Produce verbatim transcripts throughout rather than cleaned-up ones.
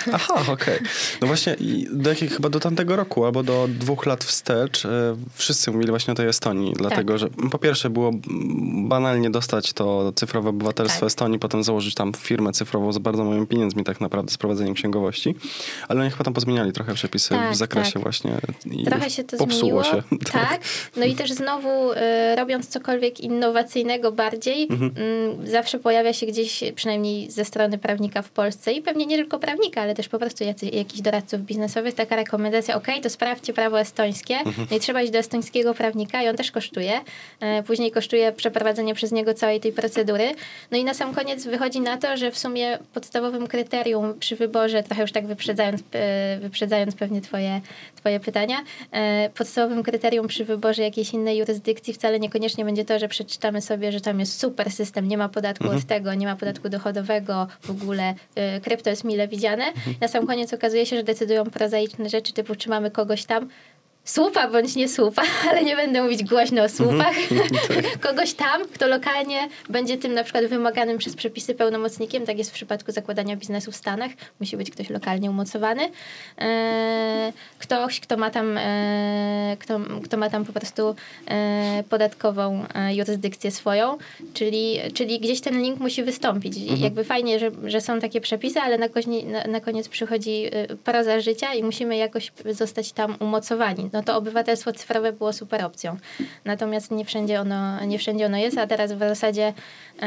Aha, okej. Okay. No właśnie i do jakiej, chyba do tamtego roku albo do dwóch lat wstecz e, wszyscy mówili właśnie o tej Estonii, dlatego, tak. że po pierwsze było banalnie dostać to cyfrowe obywatelstwo tak. Estonii, potem założyć tam firmę cyfrową z bardzo małymi pieniędzmi tak naprawdę z prowadzeniem księgowości, ale oni chyba tam pozmieniali trochę przepisy tak, w zakresie tak. właśnie i trochę się to popsuło zmieniło. się. Tak. tak, no i też znowu y, robiąc cokolwiek innowacyjnego bardziej, mhm. y, zawsze pojawia się gdzieś, przynajmniej ze strony prawnika w Polsce i pewnie nie tylko prawnika, ale też po prostu jacy, jakichś doradców biznesowych, taka rekomendacja, okej, okay, to sprawdźcie prawo estońskie, mhm. no i trzeba iść do estońskiego prawnika i on też kosztuje. Y, później kosztuje przeprowadzenie przez niego całej tej procedury. No i na sam koniec wychodzi na to, że w sumie podstawowym kryterium przy wyborze, trochę już tak wyprzedzając, y, wyprzedzając pewnie twoje, twoje pytania, y, podstawowym kryterium przy wyborze jakiejś innej jurysdykcji wcale niekoniecznie będzie to, że przeczytamy sobie, że tam jest super system, nie ma podatku mhm. od tego, nie ma podatku dochodowego, w ogóle y, krypto jest mile widziane. Mhm. Na sam koniec okazuje się, że decydują prozaiczne rzeczy, typu czy mamy kogoś tam, słupa bądź nie słupa, ale nie będę mówić głośno o słupach. Mm-hmm. Kogoś tam, kto lokalnie będzie tym na przykład wymaganym przez przepisy pełnomocnikiem. Tak jest w przypadku zakładania biznesu w Stanach. Musi być ktoś lokalnie umocowany. Eee, ktoś, kto ma tam e, kto, kto ma tam po prostu e, podatkową e, jurysdykcję swoją, czyli, czyli gdzieś ten link musi wystąpić. Mm-hmm. Jakby fajnie, że, że są takie przepisy, ale na, koźni, na, na koniec przychodzi proza życia i musimy jakoś zostać tam umocowani. No to obywatelstwo cyfrowe było super opcją. Natomiast nie wszędzie ono, nie wszędzie ono jest, a teraz w zasadzie,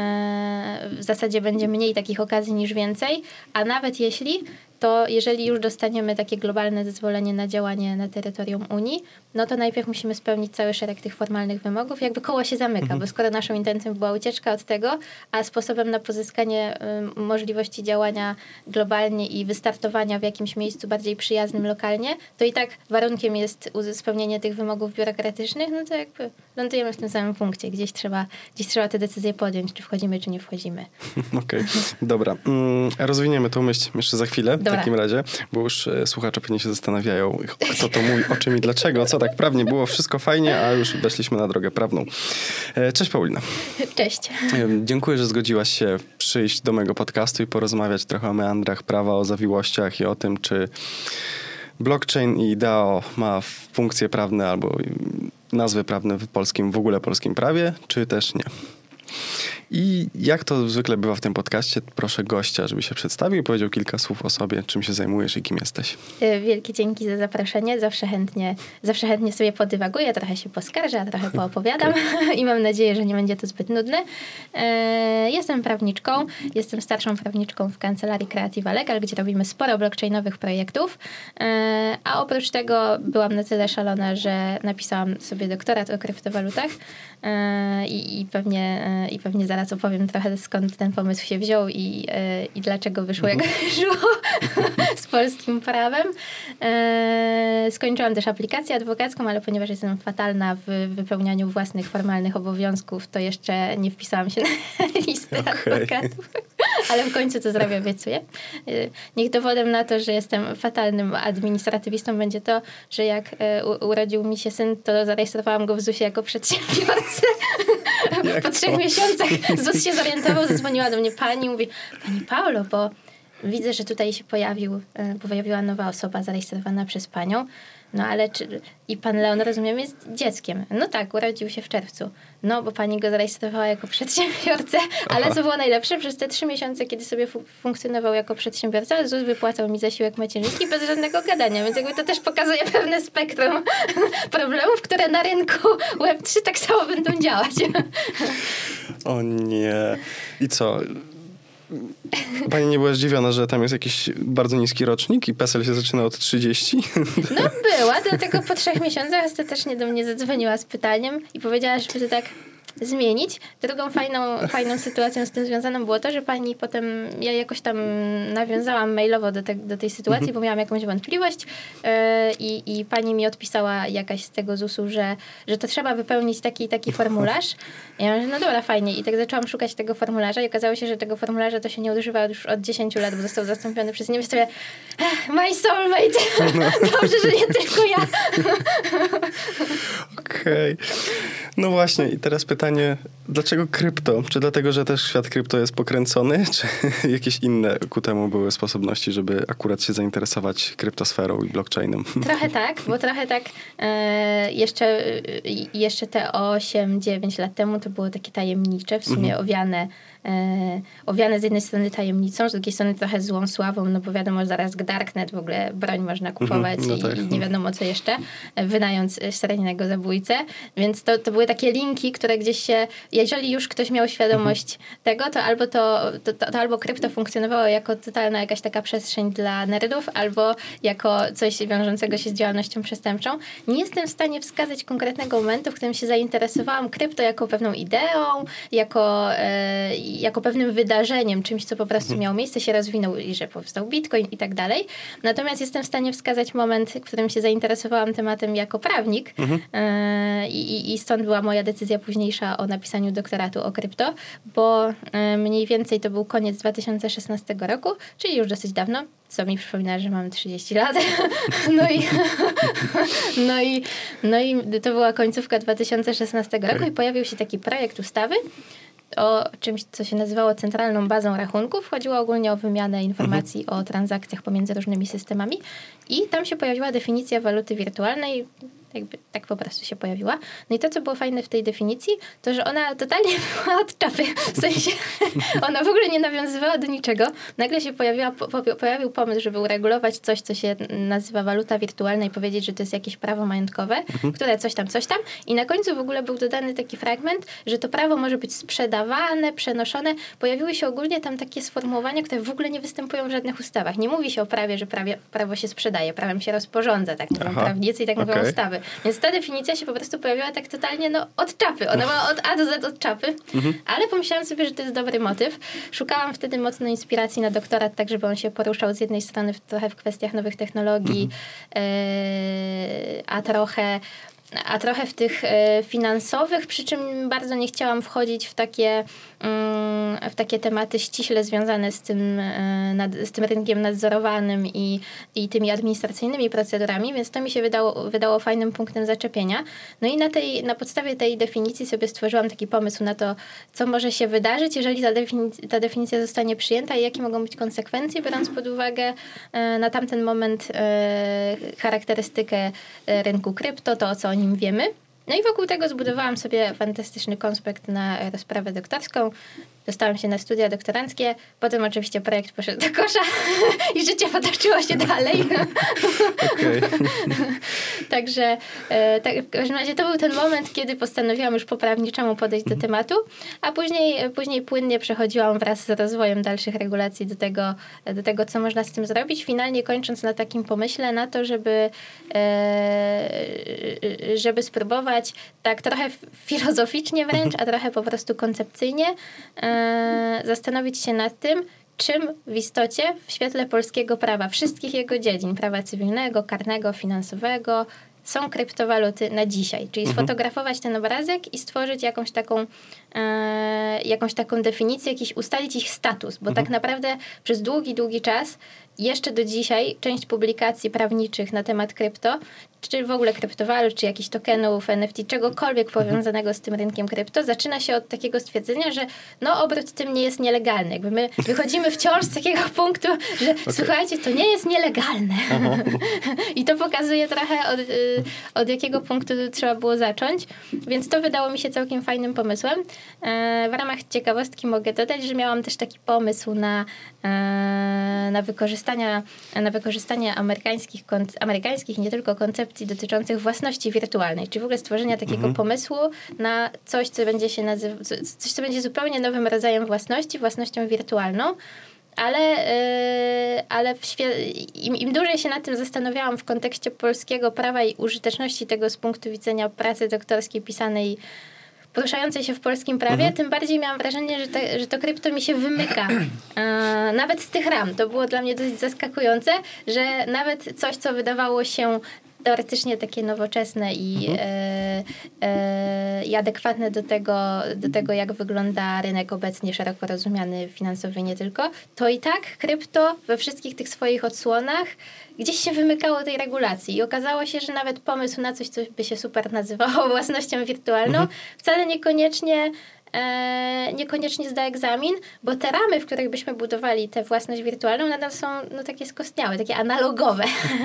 e, w zasadzie będzie mniej takich okazji niż więcej, a nawet jeśli, to jeżeli już dostaniemy takie globalne zezwolenie na działanie na terytorium Unii, no to najpierw musimy spełnić cały szereg tych formalnych wymogów. Jakby koło się zamyka, mhm. bo skoro naszą intencją była ucieczka od tego, a sposobem na pozyskanie y, możliwości działania globalnie i wystartowania w jakimś miejscu bardziej przyjaznym lokalnie, to i tak warunkiem jest spełnienie tych wymogów biurokratycznych, no to jakby lądujemy w tym samym punkcie. Gdzieś trzeba, gdzieś trzeba te decyzje podjąć, czy wchodzimy, czy nie wchodzimy. Okej, okay. Dobra. Mm, rozwiniemy tą myśl jeszcze za chwilę. Dobra. W takim razie, bo już e, słuchacze pewnie się zastanawiają, kto to mówi, o czym i dlaczego, co tak prawnie było, wszystko fajnie, a już weszliśmy na drogę prawną. E, cześć Paulina. Cześć. E, dziękuję, że zgodziłaś się przyjść do mojego podcastu i porozmawiać trochę o meandrach prawa, o zawiłościach i o tym, czy blockchain i D A O ma funkcje prawne albo nazwy prawne w polskim, w ogóle polskim prawie, czy też nie. I jak to zwykle bywa w tym podcaście, proszę gościa, żeby się przedstawił i powiedział kilka słów o sobie, czym się zajmujesz i kim jesteś. Wielkie dzięki za zaproszenie. Zawsze chętnie, zawsze chętnie sobie podywaguję, trochę się poskarżę, a trochę poopowiadam okay. i mam nadzieję, że nie będzie to zbyt nudne. Jestem prawniczką, jestem starszą prawniczką w kancelarii Creativa Legal, gdzie robimy sporo blockchainowych projektów, a oprócz tego byłam na tyle szalona, że napisałam sobie doktorat o kryptowalutach i, i, pewnie, i pewnie zaraz opowiem trochę, skąd ten pomysł się wziął i, i dlaczego wyszło jak wyszło z polskim prawem. Skończyłam też aplikację adwokacką, ale ponieważ jestem fatalna w wypełnianiu własnych formalnych obowiązków, to jeszcze nie wpisałam się na listę okay. adwokatów. Ale w końcu to zrobię, obiecuję. Niech dowodem na to, że jestem fatalnym administratywistą będzie to, że jak u- urodził mi się syn, to zarejestrowałam go w zusie jako przedsiębiorcę. Jak po trzech to? miesiącach Z U S się zorientował, zadzwoniła do mnie pani, mówi, pani Paulo, bo widzę, że tutaj się pojawił, pojawiła nowa osoba zarejestrowana przez panią. No ale czy... I pan Leon, rozumiem, jest dzieckiem. No tak, urodził się w czerwcu. No, bo pani go zarejestrowała jako przedsiębiorcę, ale Aha. co było najlepsze, przez te trzy miesiące, kiedy sobie fu- funkcjonował jako przedsiębiorca, Z U S wypłacał mi zasiłek macierzyński bez żadnego gadania, więc jakby to też pokazuje pewne spektrum problemów, które na rynku web trzy tak samo będą działać. O nie. I co? Pani nie była zdziwiona, że tam jest jakiś bardzo niski rocznik i PESEL się zaczyna od trzydzieści? No była, dlatego po trzech miesiącach ostatecznie do mnie zadzwoniła z pytaniem i powiedziała, żeby to tak zmienić. Drugą fajną, fajną sytuacją z tym związaną było to, że pani potem, ja jakoś tam nawiązałam mailowo do, te, do tej sytuacji, mhm. bo miałam jakąś wątpliwość yy, i, i pani mi odpisała jakaś z tego Z U S-u, że, że to trzeba wypełnić taki taki formularz. Ja mówię, no dobra, fajnie. I tak zaczęłam szukać tego formularza i okazało się, że tego formularza to się nie używa już od dziesięciu lat, bo został zastąpiony przez nie. Sobie, my soulmate! Dobrze, że nie tylko ja. Okej. Okay. No właśnie i teraz pytanie, dlaczego krypto? Czy dlatego, że też świat krypto jest pokręcony, czy jakieś inne ku temu były sposobności, żeby akurat się zainteresować kryptosferą i blockchainem? Trochę tak, bo trochę tak e, jeszcze, e, jeszcze te osiem dziewięć lat temu to było takie tajemnicze, w sumie mhm. owiane E, owiane z jednej strony tajemnicą, z drugiej strony trochę złą sławą, no bo wiadomo, że zaraz Darknet, w ogóle broń można kupować mm-hmm, no tak. i, i nie wiadomo co jeszcze, wynając seryjnego zabójcę. Więc to, to były takie linki, które gdzieś się, jeżeli już ktoś miał świadomość mm-hmm. tego, to albo to, to, to, to albo krypto funkcjonowało jako totalna jakaś taka przestrzeń dla nerdów, albo jako coś wiążącego się z działalnością przestępczą. Nie jestem w stanie wskazać konkretnego momentu, w którym się zainteresowałam krypto jako pewną ideą, jako e, jako pewnym wydarzeniem, czymś, co po prostu miało miejsce, się rozwinął i że powstał Bitcoin i tak dalej. Natomiast jestem w stanie wskazać moment, w którym się zainteresowałam tematem jako prawnik mhm. yy, i, i stąd była moja decyzja późniejsza o napisaniu doktoratu o krypto, bo yy, mniej więcej to był koniec dwa tysiące szesnastego roku, czyli już dosyć dawno, co mi przypomina, że mam trzydzieści lat. No i, no i, no i to była końcówka dwa tysiące szesnastego roku i pojawił się taki projekt ustawy o czymś, co się nazywało centralną bazą rachunków. Chodziło ogólnie o wymianę informacji mhm. o transakcjach pomiędzy różnymi systemami i tam się pojawiła definicja waluty wirtualnej. Jakby tak po prostu się pojawiła. No i to, co było fajne w tej definicji, to, że ona totalnie była od czapy. W sensie ona w ogóle nie nawiązywała do niczego. Nagle się pojawiła, po, pojawił pomysł, żeby uregulować coś, co się nazywa waluta wirtualna i powiedzieć, że to jest jakieś prawo majątkowe, mhm. które coś tam, coś tam. I na końcu w ogóle był dodany taki fragment, że to prawo może być sprzedawane, przenoszone. Pojawiły się ogólnie tam takie sformułowania, które w ogóle nie występują w żadnych ustawach. Nie mówi się o prawie, że prawie, prawo się sprzedaje. Prawem się rozporządza, tak mówią Aha. prawnicy i tak okay. mówią ustawy. Więc ta definicja się po prostu pojawiła tak totalnie no, od czapy. Ona była od A do Z od czapy. Mhm. Ale pomyślałam sobie, że to jest dobry motyw. Szukałam wtedy mocno inspiracji na doktorat, tak żeby on się poruszał z jednej strony w, trochę w kwestiach nowych technologii, mhm. yy, a trochę a trochę w tych e, finansowych, przy czym bardzo nie chciałam wchodzić w takie, mm, w takie tematy ściśle związane z tym, e, nad, z tym rynkiem nadzorowanym i, i tymi administracyjnymi procedurami, więc to mi się wydało, wydało fajnym punktem zaczepienia. No i na, tej, na podstawie tej definicji sobie stworzyłam taki pomysł na to, co może się wydarzyć, jeżeli ta, definic- ta definicja zostanie przyjęta i jakie mogą być konsekwencje, biorąc pod uwagę e, na tamten moment e, charakterystykę rynku krypto, to o co nim wiemy. No i wokół tego zbudowałam sobie fantastyczny konspekt na rozprawę doktorską. Dostałam się na studia doktoranckie. Potem oczywiście projekt poszedł do kosza i życie potoczyło się dalej. Okay. Także e, tak, w każdym razie to był ten moment, kiedy postanowiłam już po prawniczemu podejść do tematu, a później, później płynnie przechodziłam wraz z rozwojem dalszych regulacji do tego, do tego, co można z tym zrobić. Finalnie kończąc na takim pomyśle na to, żeby, e, żeby spróbować tak trochę filozoficznie wręcz, a trochę po prostu koncepcyjnie e, zastanowić się nad tym, czym w istocie w świetle polskiego prawa, wszystkich jego dziedzin, prawa cywilnego, karnego, finansowego, są kryptowaluty na dzisiaj. Czyli mhm. sfotografować ten obrazek i stworzyć jakąś taką, e, jakąś taką definicję, jakiś, ustalić ich status, bo mhm. tak naprawdę przez długi, długi czas jeszcze do dzisiaj część publikacji prawniczych na temat krypto, czy w ogóle kryptowalut, czy jakichś tokenów, N F T, czegokolwiek powiązanego z tym rynkiem krypto, zaczyna się od takiego stwierdzenia, że no obrót tym nie jest nielegalny. Jakby my wychodzimy wciąż z takiego punktu, że okay. słuchajcie, to nie jest nielegalne. I to pokazuje trochę od, od jakiego punktu trzeba było zacząć. Więc to wydało mi się całkiem fajnym pomysłem. W ramach ciekawostki mogę dodać, że miałam też taki pomysł na, na wykorzystanie, na wykorzystanie amerykańskich, amerykańskich nie tylko koncepcji dotyczących własności wirtualnej, czyli w ogóle stworzenia takiego mhm. pomysłu na coś, co będzie się nazywa, coś, co będzie zupełnie nowym rodzajem własności, własnością wirtualną, ale, yy, ale w świe- im, im dłużej się nad tym zastanawiałam w kontekście polskiego prawa i użyteczności tego z punktu widzenia pracy doktorskiej pisanej poruszającej się w polskim prawie, mhm. tym bardziej miałam wrażenie, że, te, że to krypto mi się wymyka. E, nawet z tych ram. To było dla mnie dosyć zaskakujące, że nawet coś, co wydawało się teoretycznie takie nowoczesne i, mhm. e, e, i adekwatne do tego, do tego, jak wygląda rynek obecnie szeroko rozumiany, finansowy nie tylko, to i tak krypto we wszystkich tych swoich odsłonach gdzieś się wymykało tej regulacji i okazało się, że nawet pomysł na coś, co by się super nazywało własnością wirtualną, mhm. wcale niekoniecznie E, niekoniecznie zda egzamin, bo te ramy, w których byśmy budowali tę własność wirtualną, nadal są no, takie skostniałe, takie analogowe.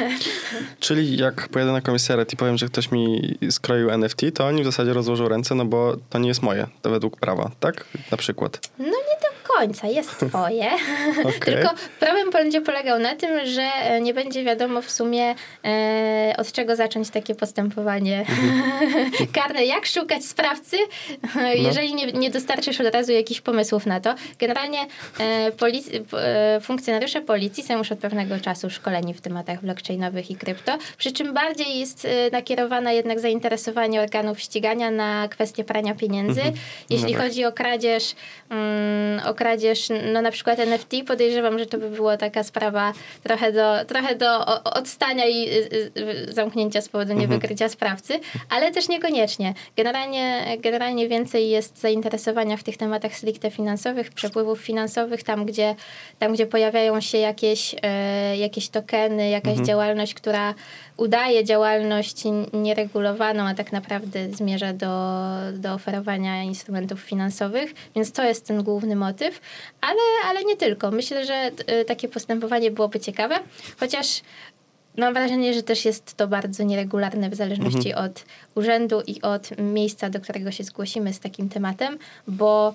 Czyli jak pojadę na komisariat i powiem, że ktoś mi skroił N F T, to oni w zasadzie rozłożą ręce, no bo to nie jest moje, to według prawa, tak? Na przykład. No nie do końca, jest twoje. Okay. Tylko problem będzie polegał na tym, że nie będzie wiadomo w sumie e, od czego zacząć takie postępowanie karne, jak szukać sprawcy, jeżeli nie nie dostarczysz od razu jakichś pomysłów na to. Generalnie e, polic- e, funkcjonariusze policji są już od pewnego czasu szkoleni w tematach blockchainowych i krypto, przy czym bardziej jest e, nakierowane jednak zainteresowanie organów ścigania na kwestie prania pieniędzy. Mhm. Jeśli no tak. chodzi o kradzież, mm, o kradzież, no na przykład N F T, podejrzewam, że to by była taka sprawa trochę do, trochę do odstania i y, y, zamknięcia z powodu niewykrycia mhm. sprawcy, ale też niekoniecznie. Generalnie, generalnie więcej jest zainteresowania w tych tematach stricte finansowych, przepływów finansowych, tam gdzie, tam, gdzie pojawiają się jakieś, e, jakieś tokeny, jakaś mhm. działalność, która udaje działalność nieregulowaną, a tak naprawdę zmierza do, do oferowania instrumentów finansowych, więc to jest ten główny motyw, ale, ale nie tylko. Myślę, że e, takie postępowanie byłoby ciekawe, chociaż mam wrażenie, że też jest to bardzo nieregularne w zależności mhm. od urzędu i od miejsca, do którego się zgłosimy z takim tematem, bo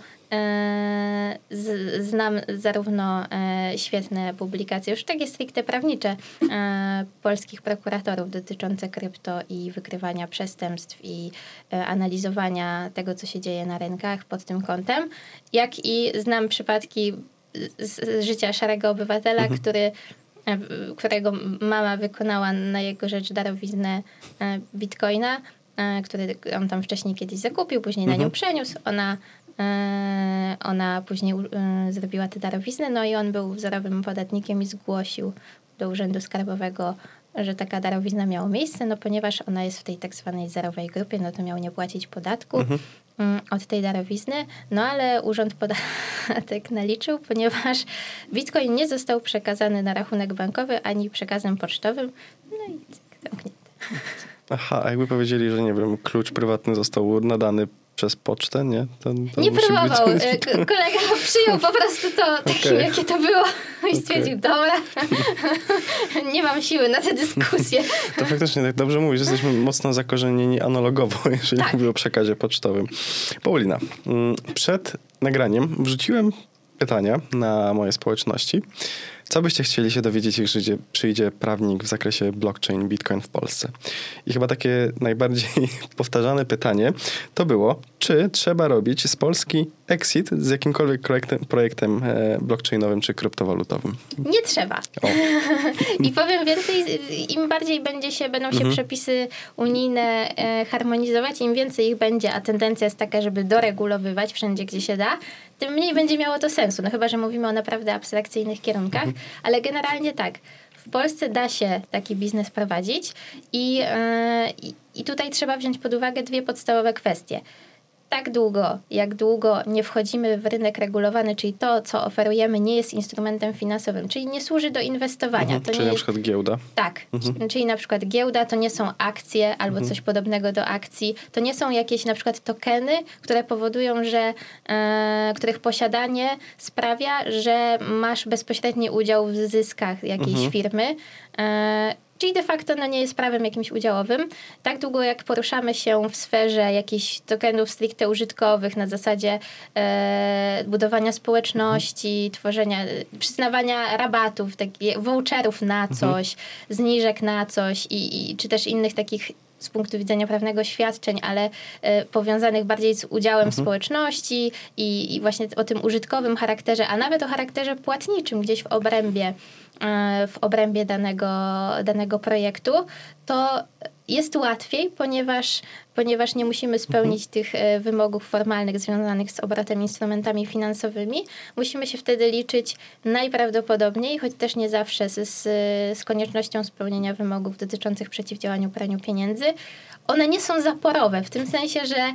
e, z, znam zarówno e, świetne publikacje, już takie stricte prawnicze, e, polskich prokuratorów dotyczące krypto i wykrywania przestępstw i e, analizowania tego, co się dzieje na rynkach pod tym kątem, jak i znam przypadki z, z życia szarego obywatela, mhm. który którego mama wykonała na jego rzecz darowiznę bitcoina, który on tam wcześniej kiedyś zakupił, później mhm. na nią przeniósł. Ona, ona później zrobiła tę darowiznę, no i on był wzorowym podatnikiem i zgłosił do Urzędu Skarbowego, że taka darowizna miała miejsce, no ponieważ ona jest w tej tak zwanej zerowej grupie, no to miał nie płacić podatku mhm. od tej darowizny, no ale Urząd Podatek naliczył, ponieważ bitcoin nie został przekazany na rachunek bankowy ani przekazem pocztowym, no i zamknięte. Aha, a jakby powiedzieli, że nie wiem, klucz prywatny został nadany przez pocztę, nie? To, to nie próbował. Być... Kolega przyjął po prostu to takim, okay. jakie to było i stwierdził, okay. dobra, nie mam siły na tę dyskusję. To faktycznie tak dobrze mówisz, jesteśmy mocno zakorzenieni analogowo, jeżeli tak. mówię o przekazie pocztowym. Paulina, przed nagraniem wrzuciłem pytania na moje społeczności. Co byście chcieli się dowiedzieć, jeżeli przyjdzie prawnik w zakresie blockchain, bitcoin w Polsce? I chyba takie najbardziej powtarzane pytanie to było, czy trzeba robić z Polski exit z jakimkolwiek projektem, projektem blockchainowym czy kryptowalutowym? Nie trzeba. I powiem więcej, im bardziej będzie się, będą się mhm. przepisy unijne harmonizować, im więcej ich będzie, a tendencja jest taka, żeby doregulowywać wszędzie, gdzie się da, tym mniej będzie miało to sensu. No chyba, że mówimy o naprawdę abstrakcyjnych kierunkach, mhm. ale generalnie tak. W Polsce da się taki biznes prowadzić i, yy, i tutaj trzeba wziąć pod uwagę dwie podstawowe kwestie. Tak długo, jak długo nie wchodzimy w rynek regulowany, czyli to, co oferujemy, nie jest instrumentem finansowym, czyli nie służy do inwestowania. Mhm, to czyli nie na przykład giełda. Tak, mhm. czyli na przykład giełda to nie są akcje albo mhm. coś podobnego do akcji. To nie są jakieś na przykład tokeny, które powodują, że e, których posiadanie sprawia, że masz bezpośredni udział w zyskach jakiejś mhm. firmy. E, Czyli de facto no, nie jest prawem jakimś udziałowym. Tak długo jak poruszamy się w sferze jakichś tokenów stricte użytkowych na zasadzie e, budowania społeczności, mhm. tworzenia, przyznawania rabatów, takich voucherów na coś, mhm. zniżek na coś i, i czy też innych takich z punktu widzenia prawnego świadczeń, ale e, powiązanych bardziej z udziałem mhm. społeczności i, i właśnie o tym użytkowym charakterze, a nawet o charakterze płatniczym gdzieś w obrębie w obrębie danego, danego projektu, to jest łatwiej, ponieważ, ponieważ nie musimy spełnić mhm. tych wymogów formalnych związanych z obrotem instrumentami finansowymi. Musimy się wtedy liczyć najprawdopodobniej, choć też nie zawsze, z, z koniecznością spełnienia wymogów dotyczących przeciwdziałania praniu pieniędzy. One nie są zaporowe, w tym sensie, że,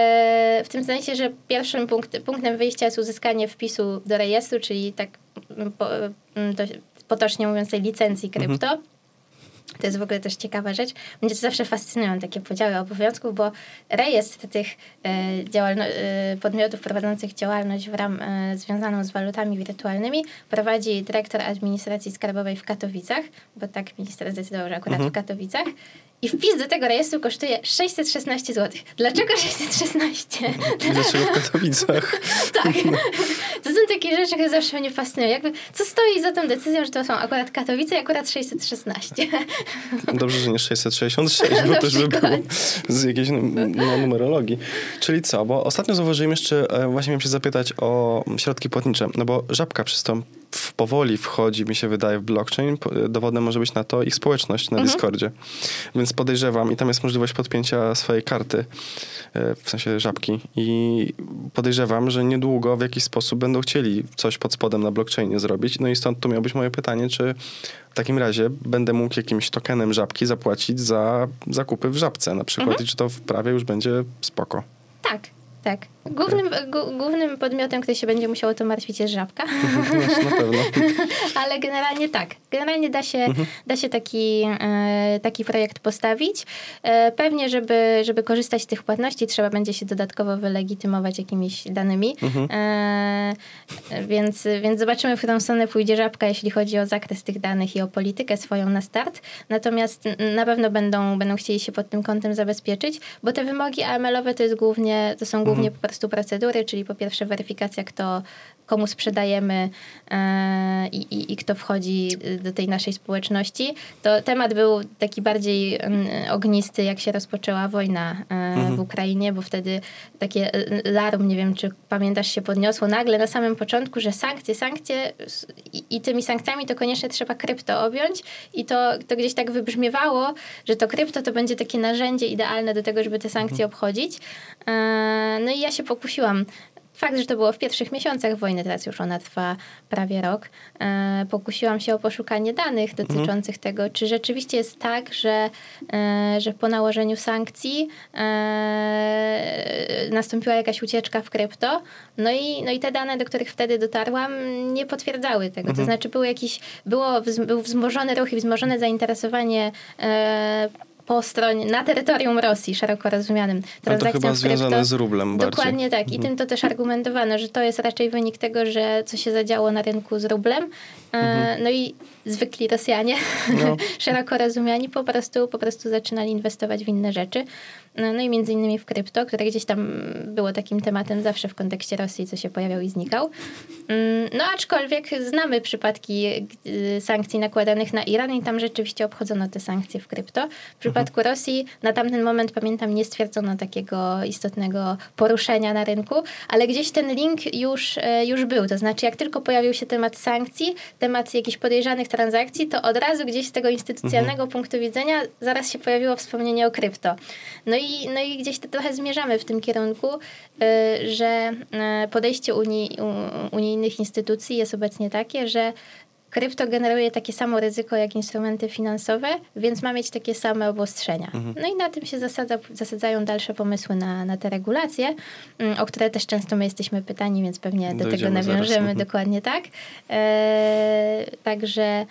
w tym sensie, że pierwszym punkt, punktem wyjścia jest uzyskanie wpisu do rejestru, czyli tak po, to, potocznie mówiąc tej licencji krypto. Mhm. To jest w ogóle też ciekawa rzecz. Mnie to zawsze fascynują takie podziały obowiązków, bo rejestr tych e, działalno- e, podmiotów prowadzących działalność w ram, e, związaną z walutami wirtualnymi prowadzi dyrektor administracji skarbowej w Katowicach, bo tak minister zdecydował, że akurat mhm. w Katowicach. I wpis do tego rejestru kosztuje sześćset szesnaście złotych. Dlaczego sześćset szesnaście? Dlaczego w Katowicach? Tak. To są takie rzeczy, które zawsze mnie fascynują. Jakby, co stoi za tą decyzją, że to są akurat Katowice i akurat sześćset szesnaście? Dobrze, że nie sześćset sześćdziesiąt sześć, bo też by było z jakiejś no, numerologii. Czyli co? Bo ostatnio zauważyłem jeszcze, właśnie miałem się zapytać o środki płatnicze, no bo Żabka przez to w powoli wchodzi, mi się wydaje, w blockchain. Dowodem może być na to ich społeczność na mhm. Discordzie. Więc podejrzewam, i tam jest możliwość podpięcia swojej karty, w sensie Żabki. I podejrzewam, że niedługo w jakiś sposób będą chcieli coś pod spodem na blockchainie zrobić. No i stąd to miało być moje pytanie, czy w takim razie będę mógł jakimś tokenem Żabki zapłacić za zakupy w Żabce na przykład mhm. i czy to w prawie już będzie spoko. Tak. Tak. Głównym, g- głównym podmiotem, który się będzie musiał o to martwić, jest Żabka. Na pewno. Ale generalnie tak. Generalnie da się, mhm. da się taki, e, taki projekt postawić. E, pewnie, żeby, żeby korzystać z tych płatności, trzeba będzie się dodatkowo wylegitymować jakimiś danymi. Mhm. E, więc, więc zobaczymy, w którą stronę pójdzie Żabka, jeśli chodzi o zakres tych danych i o politykę swoją na start. Natomiast na pewno będą, będą chcieli się pod tym kątem zabezpieczyć, bo te wymogi A M L-owe to jest głównie, to są głównie po prostu procedury, czyli po pierwsze weryfikacja, kto, komu sprzedajemy e, i, i kto wchodzi do tej naszej społeczności. To temat był taki bardziej m, ognisty, jak się rozpoczęła wojna e, mhm. w Ukrainie, bo wtedy takie larum, nie wiem, czy pamiętasz, się podniosło nagle na samym początku, że sankcje, sankcje i, i tymi sankcjami to koniecznie trzeba krypto objąć i to, to gdzieś tak wybrzmiewało, że to krypto to będzie takie narzędzie idealne do tego, żeby te sankcje mhm. obchodzić. E, no i ja się pokusiłam. Fakt, że to było w pierwszych miesiącach wojny, teraz już ona trwa prawie rok, e, pokusiłam się o poszukanie danych dotyczących mhm. tego, czy rzeczywiście jest tak, że, e, że po nałożeniu sankcji e, nastąpiła jakaś ucieczka w krypto. No i, no i te dane, do których wtedy dotarłam, nie potwierdzały tego. Mhm. To znaczy był jakiś, było, był wzmożony ruch i wzmożone zainteresowanie e, po stronie, na terytorium Rosji, szeroko rozumianym. Ale to chyba związane krypto. z rublem bardziej. Dokładnie tak. I mhm. tym to też argumentowano, że to jest raczej wynik tego, że co się zadziało na rynku z rublem. Mhm. No i zwykli Rosjanie, no. szeroko rozumiani, po prostu, po prostu zaczynali inwestować w inne rzeczy. No i między innymi w krypto, które gdzieś tam było takim tematem zawsze w kontekście Rosji, co się pojawiał i znikał. No aczkolwiek znamy przypadki sankcji nakładanych na Iran i tam rzeczywiście obchodzono te sankcje w krypto. W przypadku mhm. Rosji na tamten moment, pamiętam, nie stwierdzono takiego istotnego poruszenia na rynku, ale gdzieś ten link już, już był. To znaczy, jak tylko pojawił się temat sankcji, temat jakichś podejrzanych transakcji, to od razu gdzieś z tego instytucjonalnego mhm. punktu widzenia zaraz się pojawiło wspomnienie o krypto. No i, no i gdzieś to trochę zmierzamy w tym kierunku, że podejście Unii, unijnych instytucji jest obecnie takie, że krypto generuje takie samo ryzyko jak instrumenty finansowe, więc ma mieć takie same obostrzenia. Mhm. No i na tym się zasadza, zasadzają dalsze pomysły na, na te regulacje, o które też często my jesteśmy pytani, więc pewnie do Dojdziemy tego nawiążemy. Zaraz. Dokładnie tak. E, także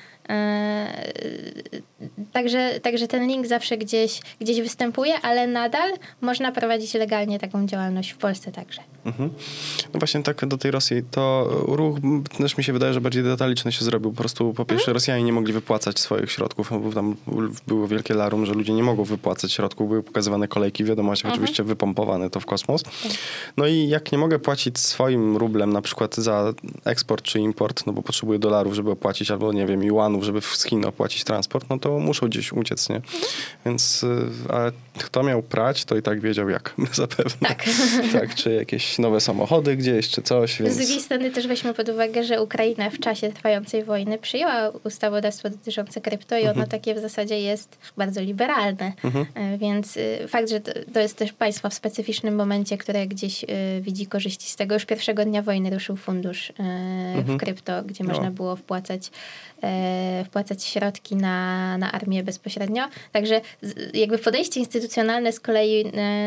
Także, także ten link zawsze gdzieś, gdzieś występuje, ale nadal można prowadzić legalnie taką działalność w Polsce także. Mhm. No właśnie tak do tej Rosji, to ruch też mi się wydaje, że bardziej detaliczny się zrobił. Po prostu po pierwsze mhm. Rosjanie nie mogli wypłacać swoich środków, bo tam było wielkie larum, że ludzie nie mogą wypłacać środków, były pokazywane kolejki w wiadomościach, mhm. oczywiście wypompowane to w kosmos. No i jak nie mogę płacić swoim rublem na przykład za eksport czy import, no bo potrzebuję dolarów, żeby opłacić, albo nie wiem, juanów, milionów, żeby z Chin opłacić transport, no to muszą gdzieś uciec, nie? Mhm. Więc a kto miał prać, to i tak wiedział jak, zapewne. Tak. Tak, czy jakieś nowe samochody gdzieś, czy coś. Więc... Z drugiej strony też weźmy pod uwagę, że Ukraina w czasie trwającej wojny przyjęła ustawodawstwo dotyczące krypto i ono mhm. takie w zasadzie jest bardzo liberalne. Mhm. Więc fakt, że to, to jest też państwo w specyficznym momencie, które gdzieś y, widzi korzyści z tego. Już pierwszego dnia wojny ruszył fundusz y, mhm. w krypto, gdzie no. można było wpłacać, y, wpłacać środki na, na armię bezpośrednio. Także z, jakby podejście instytucjonalne z kolei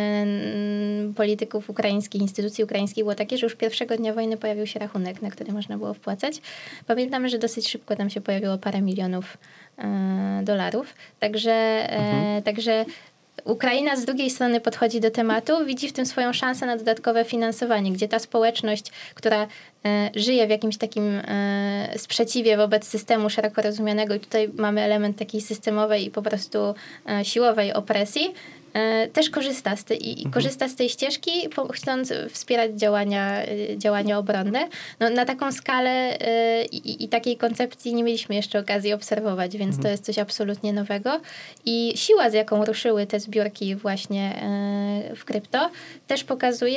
y, polityków ukraińskich, instytucji ukraińskich było takie, że już pierwszego dnia wojny pojawił się rachunek, na który można było wpłacać. Pamiętamy, że dosyć szybko tam się pojawiło parę milionów y, dolarów. Także, mhm. y, także Ukraina z drugiej strony podchodzi do tematu, widzi w tym swoją szansę na dodatkowe finansowanie, gdzie ta społeczność, która e, żyje w jakimś takim e, sprzeciwie wobec systemu szeroko rozumianego i tutaj mamy element takiej systemowej i po prostu e, siłowej opresji, e, też korzysta z, tej, i, mhm. korzysta z tej ścieżki, po, chcąc wspierać działania, e, działania obronne. No, na taką skalę e, i, i takiej koncepcji nie mieliśmy jeszcze okazji obserwować, więc mhm. to jest coś absolutnie nowego. I siła, z jaką ruszyły te zbiórki właśnie e, w krypto, też pokazuje,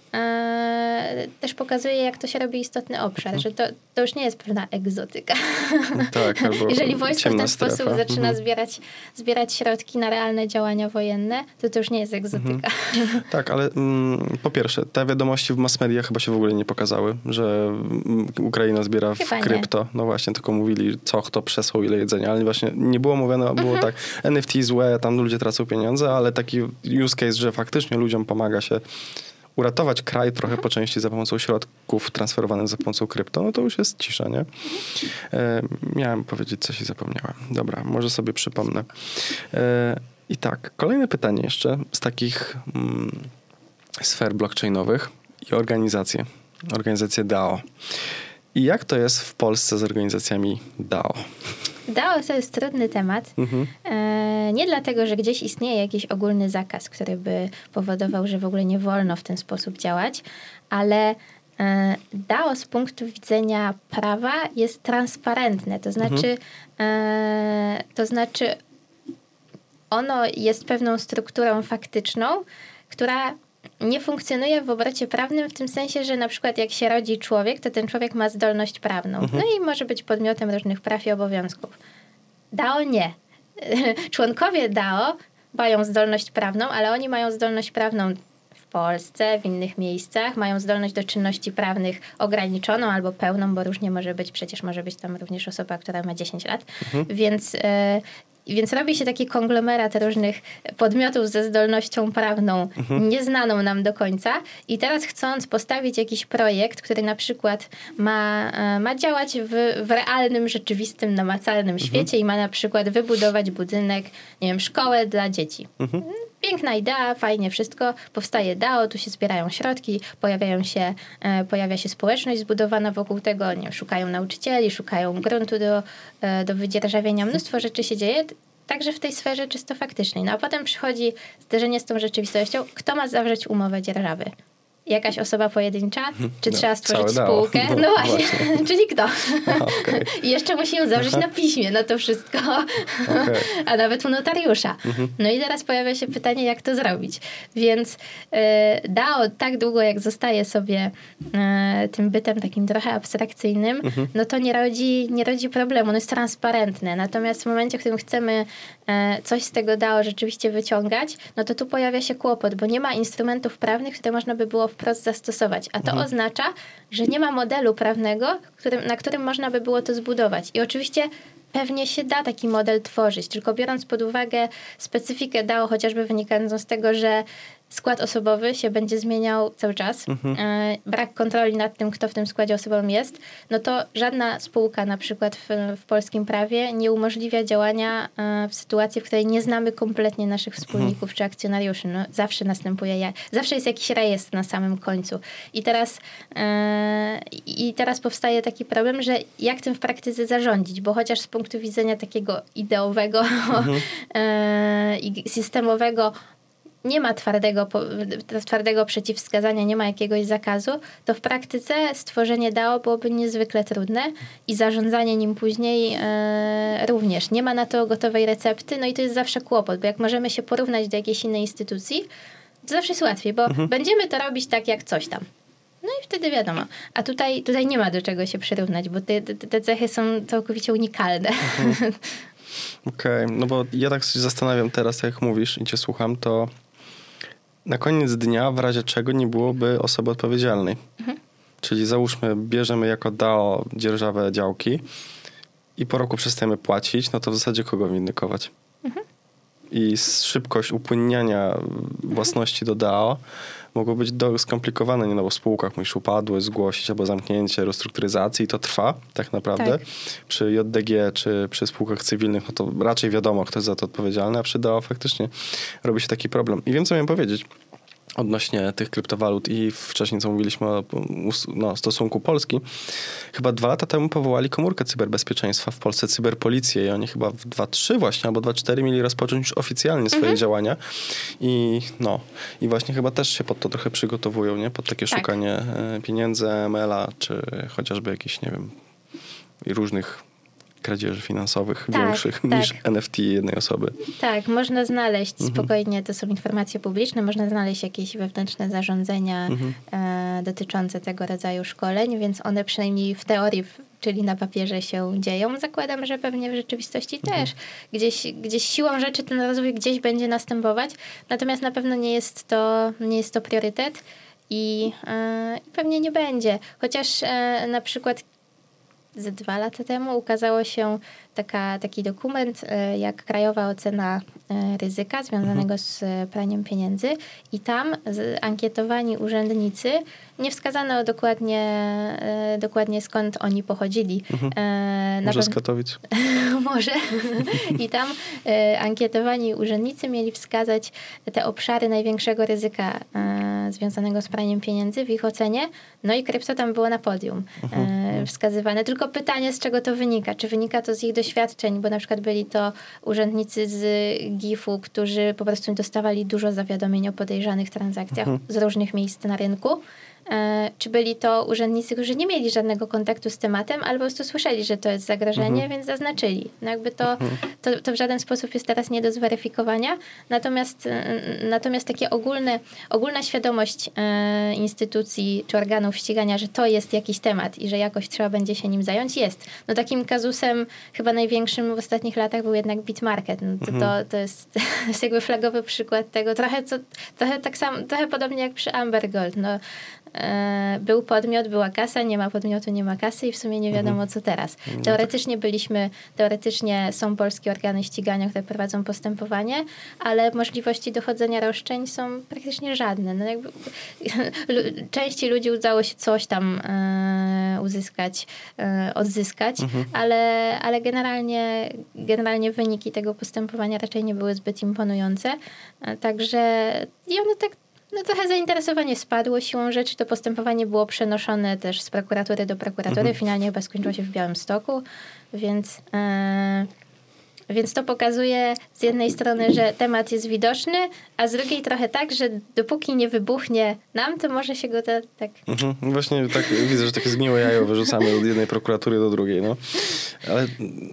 e, też pokazuje, jak to się robi istotny obszar, mhm. że to, to już nie jest pewna egzotyka. Tak, albo jeżeli wojsko w ten strefa. sposób zaczyna mhm. zbierać, zbierać środki na realne działania wojenne, to to już nie jest egzotyka. Mhm. Tak, ale mm, po pierwsze, te wiadomości w mass media chyba się w ogóle nie pokazały, że Ukraina zbiera chyba w krypto. Nie. No właśnie, tylko mówili, co kto przesłał, ile jedzenia, ale właśnie nie było mówione, było mhm. tak, N F T złe, tam ludzie tracą pieniądze, ale taki use case, że faktycznie ludziom pomaga się uratować kraj trochę po części za pomocą środków transferowanych za pomocą krypto, no to już jest cisza, nie? E, miałem powiedzieć coś i zapomniałem. Dobra, może sobie przypomnę. E, I tak, kolejne pytanie jeszcze z takich mm, sfer blockchainowych i organizacje. Organizacje D A O. I jak to jest w Polsce z organizacjami D A O? D A O to jest trudny temat. Mhm. E, nie dlatego, że gdzieś istnieje jakiś ogólny zakaz, który by powodował, że w ogóle nie wolno w ten sposób działać, ale e, D A O z punktu widzenia prawa jest transparentne. To znaczy, mhm. e, to znaczy ono jest pewną strukturą faktyczną, która nie funkcjonuje w obrocie prawnym w tym sensie, że na przykład jak się rodzi człowiek, to ten człowiek ma zdolność prawną. Mhm. No i może być podmiotem różnych praw i obowiązków. D A O nie. Członkowie D A O mają zdolność prawną, ale oni mają zdolność prawną w Polsce, w innych miejscach. Mają zdolność do czynności prawnych ograniczoną albo pełną, bo różnie może być. Przecież może być tam również osoba, która ma dziesięć lat. Mhm. Więc... Y- Więc robi się taki konglomerat różnych podmiotów ze zdolnością prawną, mhm. nieznaną nam do końca. I teraz chcąc postawić jakiś projekt, który na przykład ma, ma działać w, w realnym, rzeczywistym, namacalnym mhm. świecie i ma na przykład wybudować budynek, nie wiem, szkołę dla dzieci. Mhm. Piękna idea, fajnie wszystko, powstaje D A O, tu się zbierają środki, pojawiają się, e, pojawia się społeczność zbudowana wokół tego, nie wiem, szukają nauczycieli, szukają gruntu do, e, do wydzierżawienia, mnóstwo rzeczy się dzieje, także w tej sferze czysto faktycznej. No a potem przychodzi zderzenie z tą rzeczywistością, kto ma zawrzeć umowę dzierżawy? Jakaś osoba pojedyncza? Czy no, trzeba stworzyć spółkę? No, no właśnie, właśnie. Czyli kto? Okay. I jeszcze musi ją zawrzeć na piśmie na to wszystko. Okay. A nawet u notariusza. Mhm. No i teraz pojawia się pytanie, jak to zrobić. Więc e, D A O tak długo, jak zostaje sobie e, tym bytem takim trochę abstrakcyjnym, mhm. no to nie rodzi, nie rodzi problemu. No jest transparentne. Natomiast w momencie, w którym chcemy e, coś z tego D A O rzeczywiście wyciągać, no to tu pojawia się kłopot, bo nie ma instrumentów prawnych, które można by było wprost zastosować. A to mhm. oznacza, że nie ma modelu prawnego, którym, na którym można by było to zbudować. I oczywiście pewnie się da taki model tworzyć, tylko biorąc pod uwagę specyfikę D A O, chociażby wynikającą z tego, że skład osobowy się będzie zmieniał cały czas, mhm. e, brak kontroli nad tym, kto w tym składzie osobowym jest, no to żadna spółka na przykład w, w polskim prawie nie umożliwia działania e, w sytuacji, w której nie znamy kompletnie naszych wspólników mhm. czy akcjonariuszy. No, zawsze następuje, ja, zawsze jest jakiś rejestr na samym końcu. I teraz, e, I teraz powstaje taki problem, że jak tym w praktyce zarządzić, bo chociaż z punktu widzenia takiego ideowego mhm. e, i systemowego nie ma twardego, twardego przeciwwskazania, nie ma jakiegoś zakazu, to w praktyce stworzenie D A O byłoby niezwykle trudne i zarządzanie nim później e, również. Nie ma na to gotowej recepty, no i to jest zawsze kłopot, bo jak możemy się porównać do jakiejś innej instytucji, to zawsze jest łatwiej, bo mhm. będziemy to robić tak jak coś tam. No i wtedy wiadomo. A tutaj, tutaj nie ma do czego się przyrównać, bo te, te, te cechy są całkowicie unikalne. Mhm. Okej, okay. No bo ja tak się zastanawiam teraz, jak mówisz i cię słucham, to na koniec dnia w razie czego nie byłoby osoby odpowiedzialnej. Mhm. Czyli załóżmy, bierzemy jako D A O dzierżawę działki i po roku przestajemy płacić, no to w zasadzie kogo windykować? Mhm. I szybkość upłynniania własności do D A O mogło być do skomplikowane, nie? No bo w spółkach musisz upadły, zgłosić albo zamknięcie, restrukturyzacji, to trwa tak naprawdę. Tak. Przy J D G czy przy spółkach cywilnych, no to raczej wiadomo, kto jest za to odpowiedzialny, a przy D A O faktycznie robi się taki problem. I wiem, co miałem powiedzieć odnośnie tych kryptowalut i wcześniej, co mówiliśmy o no, stosunku Polski. Chyba dwa lata temu powołali komórkę cyberbezpieczeństwa w Polsce, cyberpolicję i oni chyba w dwa trzy właśnie, albo dwa cztery mieli rozpocząć już oficjalnie swoje mhm. działania i no, i właśnie chyba też się pod to trochę przygotowują, nie? Pod takie tak. szukanie pieniędzy, M L a, czy chociażby jakichś, nie wiem, różnych kradzieży finansowych tak, większych tak. niż N F T jednej osoby. Tak, można znaleźć mhm. spokojnie, to są informacje publiczne, można znaleźć jakieś wewnętrzne zarządzenia mhm. e, dotyczące tego rodzaju szkoleń, więc one przynajmniej w teorii, czyli na papierze się dzieją. Zakładam, że pewnie w rzeczywistości mhm. też. Gdzieś, gdzieś siłą rzeczy ten rozwój gdzieś będzie następować, natomiast na pewno nie jest to, nie jest to priorytet i, e, i pewnie nie będzie. Chociaż e, na przykład ze dwa lata temu ukazało się taka, taki dokument jak Krajowa Ocena Ryzyka związanego z praniem pieniędzy i tam ankietowani urzędnicy, nie wskazano dokładnie, dokładnie skąd oni pochodzili. Mhm. E, Może z Katowic? Może. I tam ankietowani urzędnicy mieli wskazać te obszary największego ryzyka związanego z praniem pieniędzy w ich ocenie. No i krypto tam było na podium mhm. wskazywane. Tylko pytanie, z czego to wynika? Czy wynika to z ich doświadczeń? Bo na przykład byli to urzędnicy z gifu, którzy po prostu dostawali dużo zawiadomień o podejrzanych transakcjach mhm. z różnych miejsc na rynku. Czy byli to urzędnicy, którzy nie mieli żadnego kontaktu z tematem, albo po prostu słyszeli, że to jest zagrożenie, mhm. więc zaznaczyli. No jakby to, mhm. to, to w żaden sposób jest teraz nie do zweryfikowania. Natomiast, natomiast takie ogólne, ogólna świadomość e, instytucji czy organów ścigania, że to jest jakiś temat i że jakoś trzeba będzie się nim zająć, jest. No takim kazusem chyba największym w ostatnich latach był jednak Bitmarket. No to, mhm. to, to, jest, to jest jakby flagowy przykład tego. Trochę, co, trochę tak samo, trochę podobnie jak przy Amber Gold. No, był podmiot, była kasa, nie ma podmiotu, nie ma kasy i w sumie nie wiadomo, co teraz. Teoretycznie byliśmy, teoretycznie są polskie organy ścigania, które prowadzą postępowanie, ale możliwości dochodzenia roszczeń są praktycznie żadne. No jakby, części ludzi udało się coś tam e, uzyskać, e, odzyskać, mhm. ale, ale generalnie, generalnie wyniki tego postępowania raczej nie były zbyt imponujące. E, także i one tak No trochę zainteresowanie spadło. Siłą rzeczy to postępowanie było przenoszone też z prokuratury do prokuratury. Mhm. Finalnie chyba skończyło się w Białymstoku, więc, e, więc to pokazuje z jednej strony, że temat jest widoczny, a z drugiej trochę tak, że dopóki nie wybuchnie nam, to może się go to, tak... Mhm. Właśnie tak widzę, że takie zgniłe jajo wyrzucamy od jednej prokuratury do drugiej, no. Ale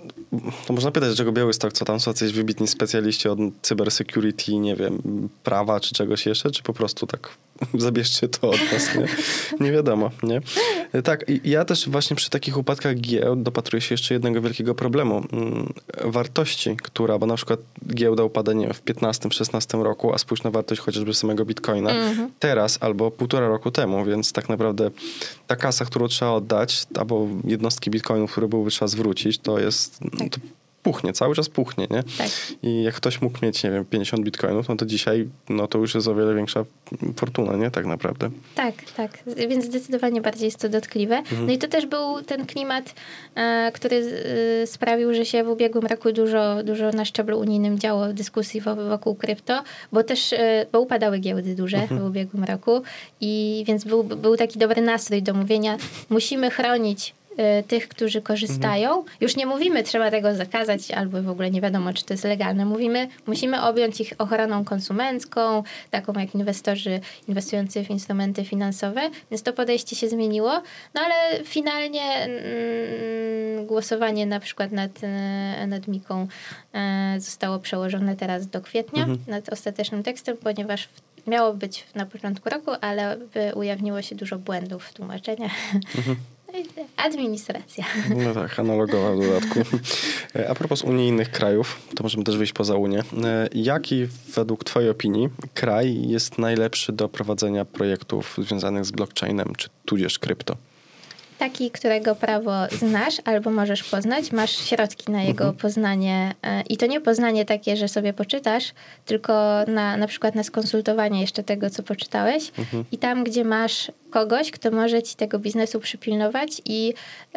to można pytać, dlaczego Białystok, co tam są jacyś wybitni specjaliści od cybersecurity, nie wiem, prawa czy czegoś jeszcze, czy po prostu tak zabierzcie to od nas, nie? Nie wiadomo, nie? Tak, i ja też właśnie przy takich upadkach giełd dopatruję się jeszcze jednego wielkiego problemu. Wartości, która, bo na przykład giełda upada, nie wiem, w piętnastym, szesnastym roku, a spójrz na wartość chociażby samego bitcoina mm-hmm. teraz albo półtora roku temu, więc tak naprawdę ta kasa, którą trzeba oddać, albo jednostki bitcoinów, które byłyby trzeba zwrócić, to jest... Tak. To puchnie, cały czas puchnie, nie? Tak. I jak ktoś mógł mieć, nie wiem, pięćdziesiąt bitcoinów, no to dzisiaj, no to już jest o wiele większa fortuna, nie? Tak naprawdę. Tak, tak. Więc zdecydowanie bardziej jest to dotkliwe. Mhm. No i to też był ten klimat, e, który e, sprawił, że się w ubiegłym roku dużo, dużo na szczeblu unijnym działo dyskusji wokół krypto, bo też, e, bo upadały giełdy duże mhm. w ubiegłym roku i więc był, był taki dobry nastrój do mówienia, musimy chronić y, tych, którzy korzystają. Mhm. Już nie mówimy, trzeba tego zakazać, albo w ogóle nie wiadomo, czy to jest legalne. Mówimy, musimy objąć ich ochroną konsumencką, taką jak inwestorzy inwestujący w instrumenty finansowe, więc to podejście się zmieniło, no ale finalnie mm, głosowanie na przykład nad, nad Miką e, zostało przełożone teraz do kwietnia, mhm. nad ostatecznym tekstem, ponieważ w, miało być na początku roku, ale ujawniło się dużo błędów w tłumaczeniach. Mhm. Administracja. No tak, analogowa w dodatku. A propos unijnych krajów, to możemy też wyjść poza Unię. Jaki według twojej opinii kraj jest najlepszy do prowadzenia projektów związanych z blockchainem, czy tudzież krypto? Taki, którego prawo znasz albo możesz poznać, masz środki na jego mhm. poznanie i to nie poznanie takie, że sobie poczytasz, tylko na, na przykład na skonsultowanie jeszcze tego, co poczytałeś mhm. i tam, gdzie masz kogoś, kto może ci tego biznesu przypilnować i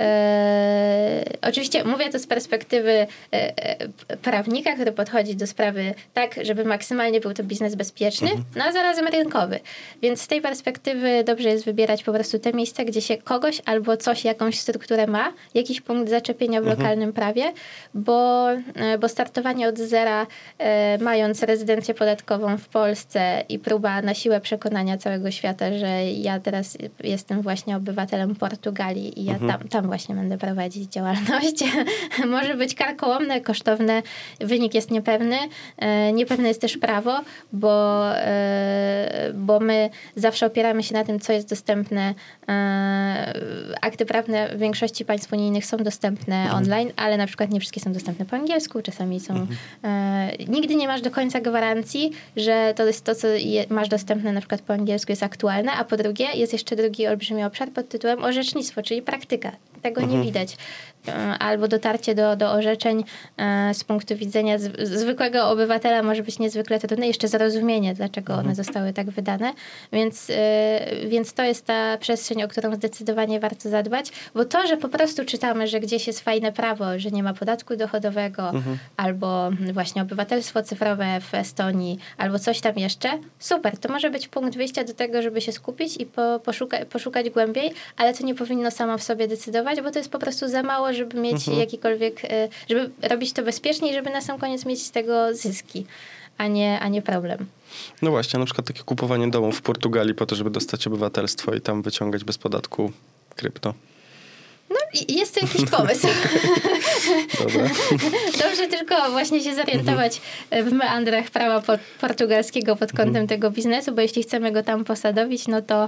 e, oczywiście mówię to z perspektywy e, e, prawnika, który podchodzi do sprawy tak, żeby maksymalnie był to biznes bezpieczny, mhm. no a zarazem rynkowy. Więc z tej perspektywy dobrze jest wybierać po prostu te miejsca, gdzie się kogoś albo coś, jakąś strukturę ma, jakiś punkt zaczepienia w mhm. lokalnym prawie, bo, e, bo startowanie od zera, e, mając rezydencję podatkową w Polsce i próba na siłę przekonania całego świata, że ja teraz jestem właśnie obywatelem Portugalii i ja mhm. tam, tam właśnie będę prowadzić działalność. Może być karkołomne, kosztowne, wynik jest niepewny. E, niepewne jest też prawo, bo, e, bo my zawsze opieramy się na tym, co jest dostępne. E, akty prawne w większości państw unijnych są dostępne mhm. online, ale na przykład nie wszystkie są dostępne po angielsku, czasami są... Mhm. E, nigdy nie masz do końca gwarancji, że to jest to, co je, masz dostępne na przykład po angielsku jest aktualne, a po drugie jest jeszcze drugi olbrzymi obszar pod tytułem orzecznictwo, czyli praktyka. Tego mhm. nie widać. Albo dotarcie do, do orzeczeń e, z punktu widzenia z, zwykłego obywatela może być niezwykle trudne. Jeszcze zrozumienie, dlaczego mhm. one zostały tak wydane. Więc, e, więc to jest ta przestrzeń, o którą zdecydowanie warto zadbać. Bo to, że po prostu czytamy, że gdzieś jest fajne prawo, że nie ma podatku dochodowego, mhm. albo właśnie obywatelstwo cyfrowe w Estonii, albo coś tam jeszcze, super. To może być punkt wyjścia do tego, żeby się skupić i po, poszuka, poszukać głębiej, ale to nie powinno samo w sobie decydować, bo to jest po prostu za mało, żeby mieć mhm. jakikolwiek, żeby robić to bezpiecznie i żeby na sam koniec mieć z tego zyski, a nie, a nie problem. No właśnie, na przykład takie kupowanie domów w Portugalii po to, żeby dostać obywatelstwo i tam wyciągać bez podatku krypto. No jest to jakiś pomysł. Dobra. Dobrze tylko właśnie się zorientować w meandrach prawa po- portugalskiego pod kątem mhm. tego biznesu, bo jeśli chcemy go tam posadowić, no to,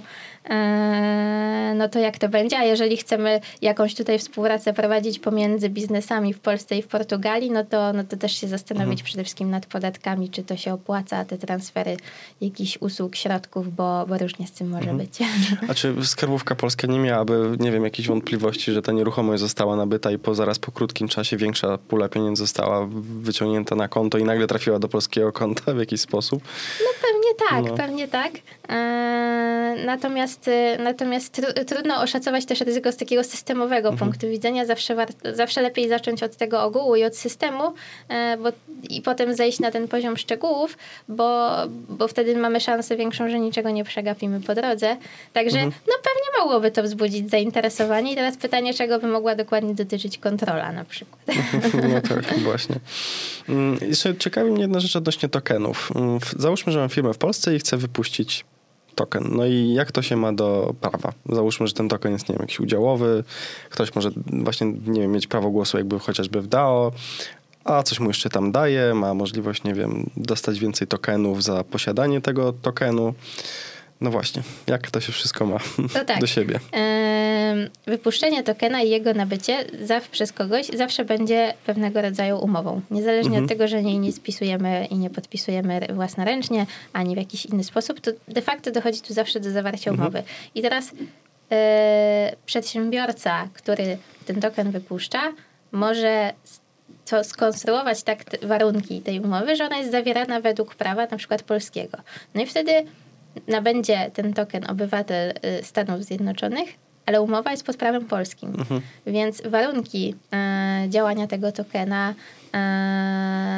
e, no to jak to będzie? A jeżeli chcemy jakąś tutaj współpracę prowadzić pomiędzy biznesami w Polsce i w Portugalii, no to, no to też się zastanowić mhm. przede wszystkim nad podatkami, czy to się opłaca, te transfery jakichś usług, środków, bo, bo różnie z tym może mhm. być. A czy Skarbówka Polska nie miałaby, nie wiem, jakichś wątpliwości, że ta nieruchomość została nabyta i po zaraz po krótkim czasie większa pula pieniędzy została wyciągnięta na konto i nagle trafiła do polskiego konta w jakiś sposób? No pewnie tak, no. pewnie tak. Eee, natomiast natomiast tr- trudno oszacować też ryzyko z takiego systemowego mhm. punktu widzenia. Zawsze, war- zawsze lepiej zacząć od tego ogółu i od systemu e, bo, i potem zejść na ten poziom szczegółów, bo, bo wtedy mamy szansę większą, że niczego nie przegapimy po drodze. Także mhm. no pewnie mogłoby to wzbudzić zainteresowanie i teraz pytanie, czego by mogła dokładnie dotyczyć kontrola na przykład. No tak, właśnie. Jeszcze ciekawi mnie jedna rzecz odnośnie tokenów. Załóżmy, że mam firmę w Polsce i chcę wypuścić token. No i jak to się ma do prawa? Załóżmy, że ten token jest, nie wiem, jakiś udziałowy. Ktoś może właśnie, nie wiem, mieć prawo głosu jakby chociażby w D A O, a coś mu jeszcze tam daje, ma możliwość, nie wiem, dostać więcej tokenów za posiadanie tego tokenu. No właśnie, jak to się wszystko ma to tak. do siebie? Wypuszczenie tokena i jego nabycie zaw, przez kogoś zawsze będzie pewnego rodzaju umową. Niezależnie mhm. od tego, że jej nie spisujemy i nie podpisujemy własnoręcznie, ani w jakiś inny sposób, to de facto dochodzi tu zawsze do zawarcia mhm. umowy. I teraz yy, przedsiębiorca, który ten token wypuszcza, może to skonstruować tak te warunki tej umowy, że ona jest zawierana według prawa na przykład polskiego. No i wtedy nabędzie ten token obywatel Stanów Zjednoczonych, ale umowa jest pod prawem polskim. Mhm. Więc warunki e, działania tego tokena, e,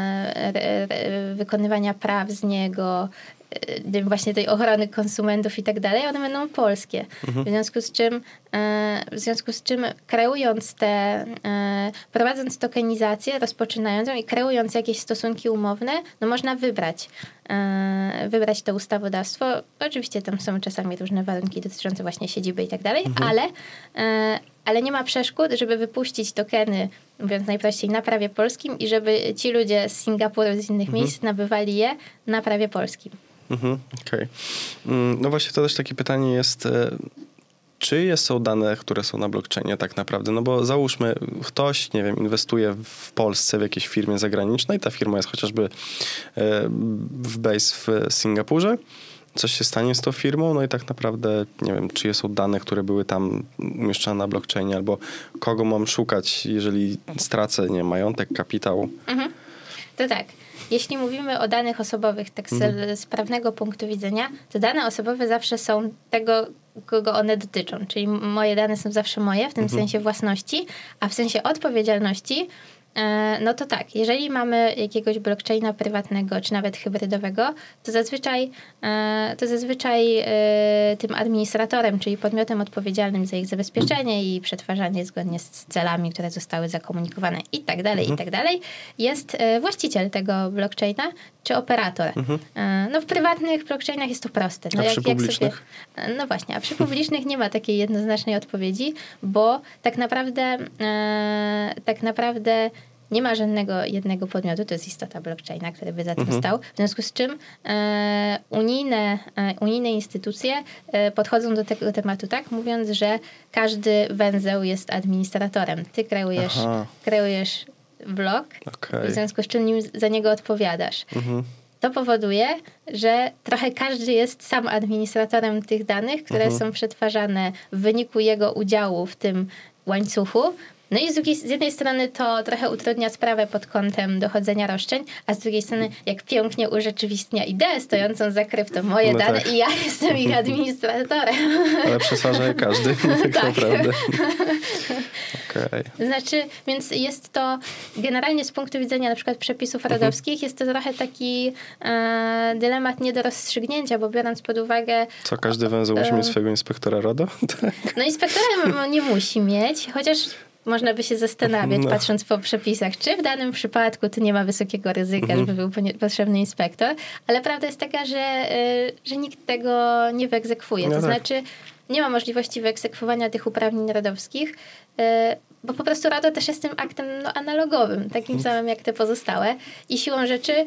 re, re, wykonywania praw z niego, właśnie tej ochrony konsumentów i tak dalej, one będą polskie. Mhm. W związku z czym w związku z czym kreując te, prowadząc tokenizację, rozpoczynając ją i kreując jakieś stosunki umowne, no można wybrać wybrać to ustawodawstwo. Oczywiście tam są czasami różne warunki dotyczące właśnie siedziby i tak dalej, mhm. ale ale nie ma przeszkód, żeby wypuścić tokeny, mówiąc najprościej, na prawie polskim i żeby ci ludzie z Singapuru, z innych mhm. miejsc nabywali je na prawie polskim. Mhm, okej. Okay. No właśnie to też takie pytanie jest, czyje są dane, które są na blockchainie tak naprawdę? No bo załóżmy, ktoś, nie wiem, inwestuje w Polsce w jakiejś firmie zagranicznej, ta firma jest chociażby w base w Singapurze, coś się stanie z tą firmą, no i tak naprawdę nie wiem, czyje są dane, które były tam umieszczone na blockchainie, albo kogo mam szukać, jeżeli stracę, nie wiem, majątek, kapitał. Mhm. To tak. Jeśli mówimy o danych osobowych, tak z, mhm. z prawnego punktu widzenia, to dane osobowe zawsze są tego, kogo one dotyczą. Czyli moje dane są zawsze moje, w tym mhm. sensie własności, a w sensie odpowiedzialności, no to tak, jeżeli mamy jakiegoś blockchaina prywatnego, czy nawet hybrydowego, to zazwyczaj, to zazwyczaj tym administratorem, czyli podmiotem odpowiedzialnym za ich zabezpieczenie i przetwarzanie zgodnie z celami, które zostały zakomunikowane i tak dalej, mhm. i tak dalej, jest właściciel tego blockchaina, czy operator. Mhm. No w prywatnych blockchainach jest to proste. No, a jak, przy publicznych? Jak sobie, no właśnie, a przy publicznych nie ma takiej jednoznacznej odpowiedzi, bo tak naprawdę e, tak naprawdę nie ma żadnego jednego podmiotu, to jest istota blockchaina, który by za tym mhm. stał. W związku z czym e, unijne, e, unijne instytucje e, podchodzą do tego tematu tak, mówiąc, że każdy węzeł jest administratorem. Ty kreujesz, kreujesz blok, okay. w związku z czym nim za niego odpowiadasz. Mhm. To powoduje, że trochę każdy jest sam administratorem tych danych, które mhm. są przetwarzane w wyniku jego udziału w tym łańcuchu. No i z, drugiej, z jednej strony to trochę utrudnia sprawę pod kątem dochodzenia roszczeń, a z drugiej strony jak pięknie urzeczywistnia ideę stojącą za kryptą moje no dane tak. i ja jestem ich administratorem. Ale przetwarza je każdy, tak, tak naprawdę. Okay. Znaczy, więc jest to generalnie z punktu widzenia na przykład przepisów rodowskich, jest to trochę taki e, dylemat nie do rozstrzygnięcia, bo biorąc pod uwagę... Co, każdy węzeł musi e, mieć swojego inspektora RODO? No inspektora nie musi mieć, chociaż można by się zastanawiać, no. patrząc po przepisach, czy w danym przypadku tu nie ma wysokiego ryzyka, mhm. żeby był potrzebny inspektor, ale prawda jest taka, że, że nikt tego nie wyegzekwuje. No to tak. znaczy nie ma możliwości wyegzekwowania tych uprawnień rodowskich, bo po prostu RODO też jest tym aktem no, analogowym, takim samym jak te pozostałe i siłą rzeczy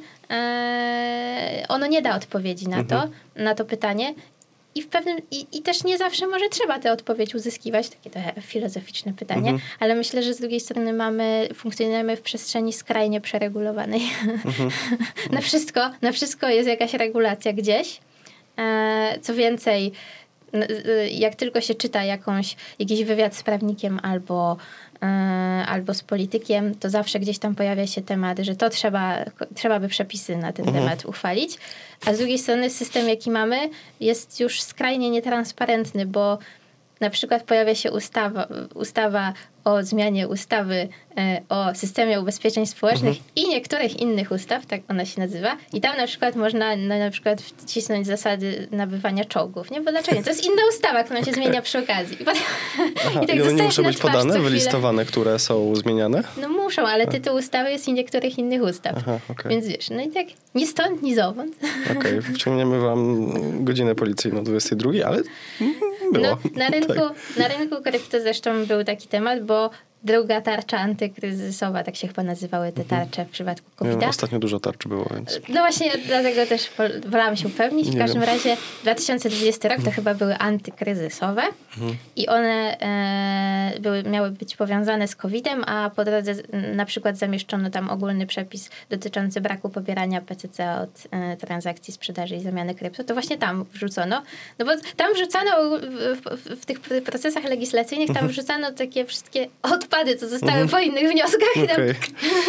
ono nie da odpowiedzi na to, mhm. na to pytanie. I, w pewnym, i, I też nie zawsze może trzeba tę odpowiedź uzyskiwać. Takie trochę filozoficzne pytanie. Mhm. Ale myślę, że z drugiej strony mamy, funkcjonujemy w przestrzeni skrajnie przeregulowanej. Mhm. na, wszystko, na wszystko jest jakaś regulacja gdzieś. E, co więcej, jak tylko się czyta jakąś, jakiś wywiad z prawnikiem albo albo z politykiem, to zawsze gdzieś tam pojawia się temat, że to trzeba, trzeba by przepisy na ten mhm. temat uchwalić. A z drugiej strony system, jaki mamy, jest już skrajnie nietransparentny, bo na przykład pojawia się ustawa, ustawa o zmianie ustawy e, o systemie ubezpieczeń społecznych mhm. i niektórych innych ustaw, tak ona się nazywa. I tam na przykład można no, na przykład wcisnąć zasady nabywania czołgów. Nie? Bo dlaczego? To jest inna ustawa, która się okay. zmienia przy okazji. I, potem, Aha, i tak i one nie muszą być podane, wylistowane, które są zmieniane? No muszą, ale tytuł ustawy jest i niektórych innych ustaw. Aha, okay. Więc wiesz, no i tak ni stąd, ni zowąd. Okej, okay. Wciągniemy wam godzinę policyjną dwudziestej drugiej, ale było. No, na rynku, tak. na rynku krypto zresztą był taki temat, bo druga tarcza antykryzysowa, tak się chyba nazywały te tarcze w przypadku kowida. Nie, ostatnio dużo tarczy było, więc... No właśnie, dlatego też wolałam się upewnić. W Nie każdym wiem. razie dwa tysiące dwudziesty rok to chyba były antykryzysowe mhm. i one e, były, miały być powiązane z kowidem, a po drodze na przykład zamieszczono tam ogólny przepis dotyczący braku pobierania P C C od e, transakcji sprzedaży i zamiany krypto. To właśnie tam wrzucono. No bo tam wrzucano w, w, w tych procesach legislacyjnych, tam wrzucano takie wszystkie odpady, co zostały mhm. po innych wnioskach. Okay.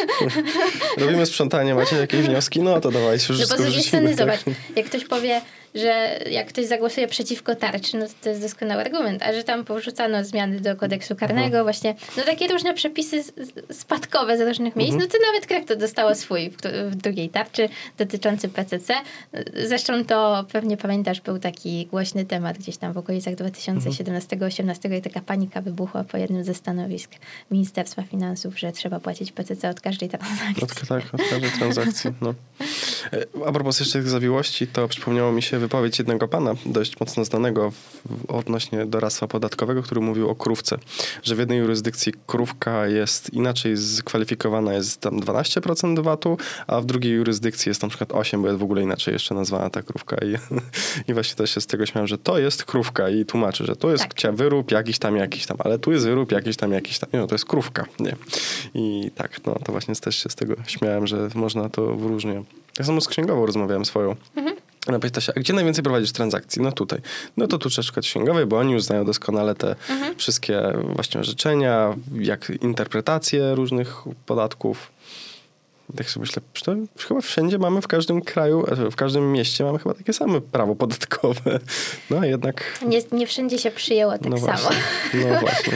Robimy sprzątanie, macie jakieś wnioski? No to dawajcie, wszystko No bo z drugiej strony, zobacz, jak ktoś powie, że jak ktoś zagłosuje przeciwko tarczy, no to to jest doskonały argument, a że tam powrzucano zmiany do kodeksu karnego, mhm. właśnie, no takie różne przepisy spadkowe z różnych miejsc, mhm. no to nawet krypto dostało swój w, w drugiej tarczy dotyczący P C C. Zresztą to pewnie pamiętasz, był taki głośny temat gdzieś tam w okolicach dwa tysiące siedemnastego osiemnastego i taka panika wybuchła po jednym ze stanowisk Ministerstwa Finansów, że trzeba płacić P C C od każdej transakcji. Od, tak, od każdej transakcji, no. A propos jeszcze tych zawiłości, to przypomniało mi się wypowiedź jednego pana, dość mocno znanego w, w, odnośnie doradztwa podatkowego, który mówił o krówce, że w jednej jurysdykcji krówka jest inaczej zakwalifikowana, jest tam dwanaście procent vatu, a w drugiej jurysdykcji jest na przykład osiem, bo jest w ogóle inaczej jeszcze nazwana ta krówka i, i właśnie też się z tego śmiałem, że to jest krówka i tłumaczy, że to jest tak. wyrób jakiś tam, jakiś tam, ale tu jest wyrób jakiś tam, jakiś tam, nie, no to jest krówka, nie. I tak, no to właśnie też się z tego śmiałem, że można to w różnie. Ja samo z księgową rozmawiałem swoją. Mhm. Ona pyta się, a gdzie najwięcej prowadzisz transakcji? No tutaj. No to tu trzeba szukać księgowej, bo oni już znają doskonale te mhm. wszystkie właśnie orzeczenia, jak interpretacje różnych podatków. I tak sobie myślę, że chyba wszędzie mamy, w każdym kraju, w każdym mieście mamy chyba takie same prawo podatkowe. No a jednak... Nie, nie wszędzie się przyjęło tak no samo. Właśnie. No właśnie.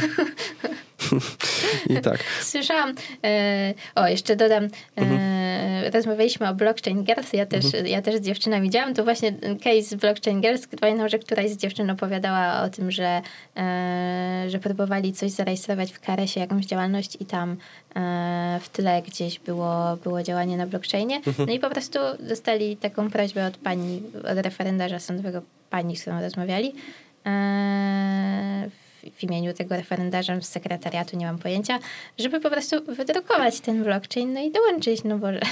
I tak. Słyszałam, e, o jeszcze dodam, e, mhm. rozmawialiśmy o Blockchain Girls, ja też, mhm. ja też z dziewczynami działam, to właśnie case z Blockchain Girls, pamiętam, że któraś z dziewczyn opowiadała o tym, że, e, że próbowali coś zarejestrować w K R S ie, jakąś działalność i tam e, w tle gdzieś było, było działanie na blockchainie, mhm. no i po prostu dostali taką prośbę od pani, od referendarza sądowego, pani, z którą rozmawiali, e, w imieniu tego referendarza z sekretariatu, nie mam pojęcia, żeby po prostu wydrukować ten blockchain, no i dołączyć, no bo...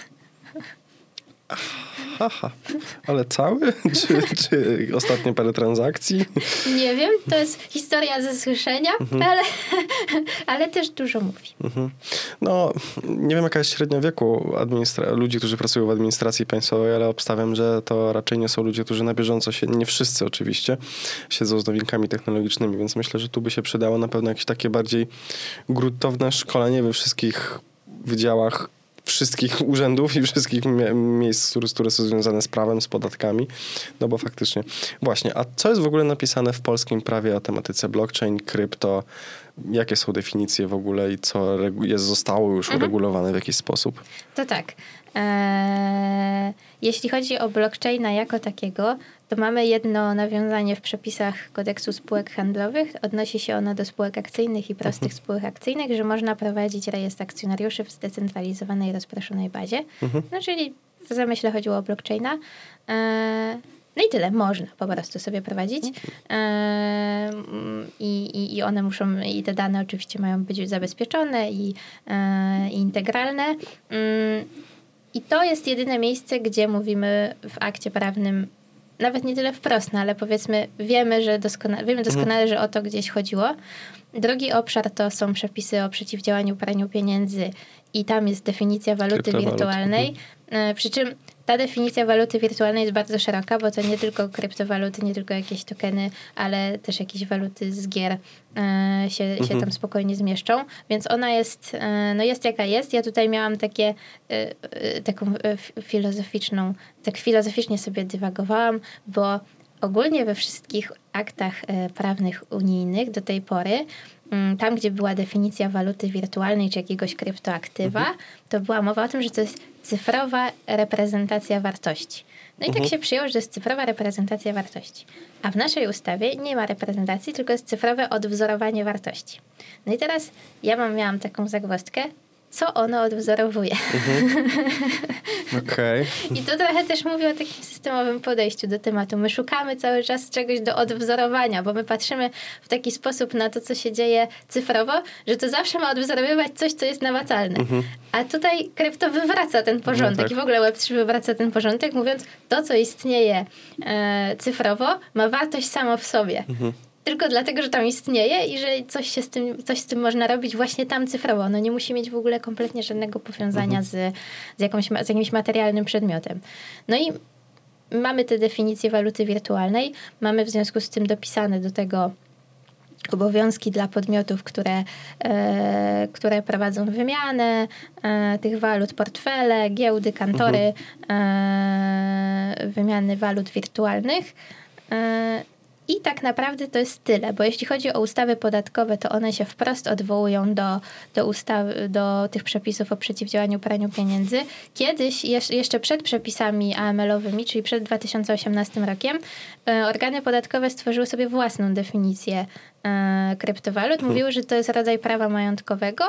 Aha, ale cały? Czy, czy ostatnie parę transakcji? Nie wiem, to jest historia ze słyszenia, mhm. ale, ale też dużo mówi. Mhm. No, nie wiem jaka jest średnia wieku administra- ludzi, którzy pracują w administracji państwowej, ale obstawiam, że to raczej nie są ludzie, którzy na bieżąco się, nie wszyscy oczywiście, siedzą z nowinkami technologicznymi, więc myślę, że tu by się przydało na pewno jakieś takie bardziej gruntowne szkolenie we wszystkich wydziałach wszystkich urzędów i wszystkich mie- miejsc, które są związane z prawem, z podatkami, no bo faktycznie. Właśnie, a co jest w ogóle napisane w polskim prawie o tematyce blockchain, krypto? Jakie są definicje w ogóle i co regu- jest, zostało już mhm. uregulowane w jakiś sposób? To tak. Eee, jeśli chodzi o blockchaina jako takiego, to mamy jedno nawiązanie w przepisach kodeksu spółek handlowych. Odnosi się ono do spółek akcyjnych i prostych mhm. spółek akcyjnych, że można prowadzić rejestr akcjonariuszy w zdecentralizowanej, rozproszonej bazie. Mhm. No czyli w zamyśle chodziło o blockchaina. Eee, no i tyle. Można po prostu sobie prowadzić. Eee, i, i one muszą, i te dane oczywiście mają być zabezpieczone i, eee, i integralne. Eee, I to jest jedyne miejsce, gdzie mówimy w akcie prawnym, nawet nie tyle wprost, no, ale powiedzmy wiemy, że doskona- wiemy doskonale, mhm. że o to gdzieś chodziło. Drugi obszar to są przepisy o przeciwdziałaniu praniu pieniędzy i tam jest definicja waluty wirtualnej. Mhm. Przy czym ta definicja waluty wirtualnej jest bardzo szeroka, bo to nie tylko kryptowaluty, nie tylko jakieś tokeny, ale też jakieś waluty z gier e, się, mhm. się tam spokojnie zmieszczą. Więc ona jest, e, no jest jaka jest. Ja tutaj miałam takie, e, e, taką e, filozoficzną, tak filozoficznie sobie dywagowałam, bo ogólnie we wszystkich aktach e, prawnych unijnych do tej pory tam, gdzie była definicja waluty wirtualnej czy jakiegoś kryptoaktywa, mhm. to była mowa o tym, że to jest cyfrowa reprezentacja wartości. No i mhm. tak się przyjęło, że to jest cyfrowa reprezentacja wartości. A w naszej ustawie nie ma reprezentacji, tylko jest cyfrowe odwzorowanie wartości. No i teraz ja mam, miałam taką zagwozdkę, co ono odwzorowuje. Mhm. Okej. Okay. I to trochę też mówi o takim systemowym podejściu do tematu. My szukamy cały czas czegoś do odwzorowania, bo my patrzymy w taki sposób na to, co się dzieje cyfrowo, że to zawsze ma odwzorowywać coś, co jest namacalne. Mhm. A tutaj krypto wywraca ten porządek no tak. i w ogóle web trzy wywraca ten porządek, mówiąc, to, co istnieje e, cyfrowo, ma wartość samo w sobie. Mhm. Tylko dlatego, że tam istnieje i że coś się z tym, coś z tym można robić właśnie tam cyfrowo. No nie musi mieć w ogóle kompletnie żadnego powiązania mhm. z, z, jakąś, z jakimś materialnym przedmiotem. No i mamy tę definicję waluty wirtualnej. Mamy w związku z tym dopisane do tego obowiązki dla podmiotów, które, e, które prowadzą wymianę e, tych walut, portfele, giełdy, kantory, mhm. e, wymiany walut wirtualnych. E, I tak naprawdę to jest tyle, bo jeśli chodzi o ustawy podatkowe, to one się wprost odwołują do, do, ustawy, do tych przepisów o przeciwdziałaniu praniu pieniędzy. Kiedyś, jeszcze przed przepisami A M L-owymi, czyli przed dwa tysiące osiemnastym rokiem, organy podatkowe stworzyły sobie własną definicję kryptowalut. Mówiły, że to jest rodzaj prawa majątkowego.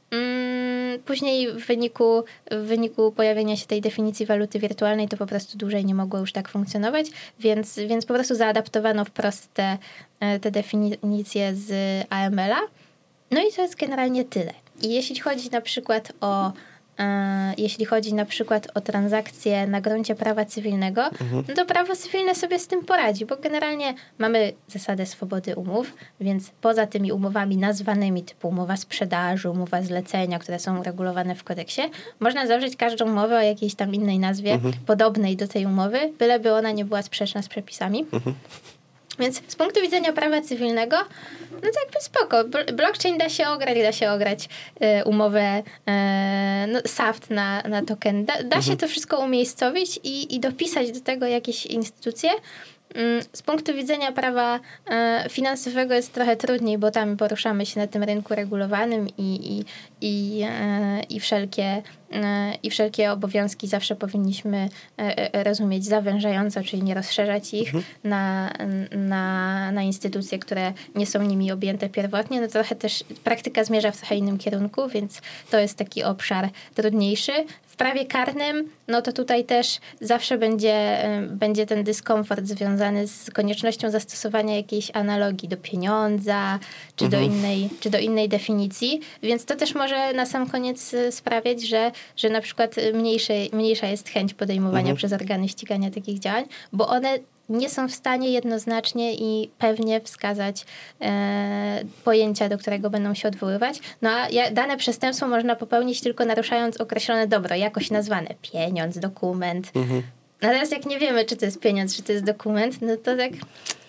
Później w wyniku, w wyniku pojawienia się tej definicji waluty wirtualnej to po prostu dłużej nie mogło już tak funkcjonować, więc, więc po prostu zaadaptowano wprost te, te definicje z A M L-a. No i to jest generalnie tyle. I jeśli chodzi na przykład o jeśli chodzi na przykład o transakcje na gruncie prawa cywilnego, mhm. no to prawo cywilne sobie z tym poradzi, bo generalnie mamy zasadę swobody umów, więc poza tymi umowami nazwanymi typu umowa sprzedaży, umowa zlecenia, które są uregulowane w kodeksie, można zawrzeć każdą umowę o jakiejś tam innej nazwie, mhm. podobnej do tej umowy, byleby ona nie była sprzeczna z przepisami. Mhm. Więc z punktu widzenia prawa cywilnego, no to jakby spoko. Blockchain da się ograć, da się ograć y, umowę y, no, S A F T na, na token. Da, da mhm. się to wszystko umiejscowić i, i dopisać do tego jakieś instytucje. Z punktu widzenia prawa finansowego jest trochę trudniej, bo tam poruszamy się na tym rynku regulowanym i, i, i, i, wszelkie, i wszelkie obowiązki zawsze powinniśmy rozumieć zawężająco, czyli nie rozszerzać ich mhm. na, na, na instytucje, które nie są nimi objęte pierwotnie. No trochę też praktyka zmierza w trochę innym kierunku, więc to jest taki obszar trudniejszy. W prawie karnym, no to tutaj też zawsze będzie, będzie ten dyskomfort związany z koniecznością zastosowania jakiejś analogii do pieniądza, czy, mhm. do, innej, czy do innej definicji, więc to też może na sam koniec sprawiać, że, że na przykład mniejsze, mniejsza jest chęć podejmowania mhm. przez organy ścigania takich działań, bo one nie są w stanie jednoznacznie i pewnie wskazać e, pojęcia, do którego będą się odwoływać. No a ja, dane przestępstwo można popełnić tylko naruszając określone dobro, jakoś nazwane pieniądz, dokument. Mhm. No teraz jak nie wiemy, czy to jest pieniądz, czy to jest dokument, no to tak...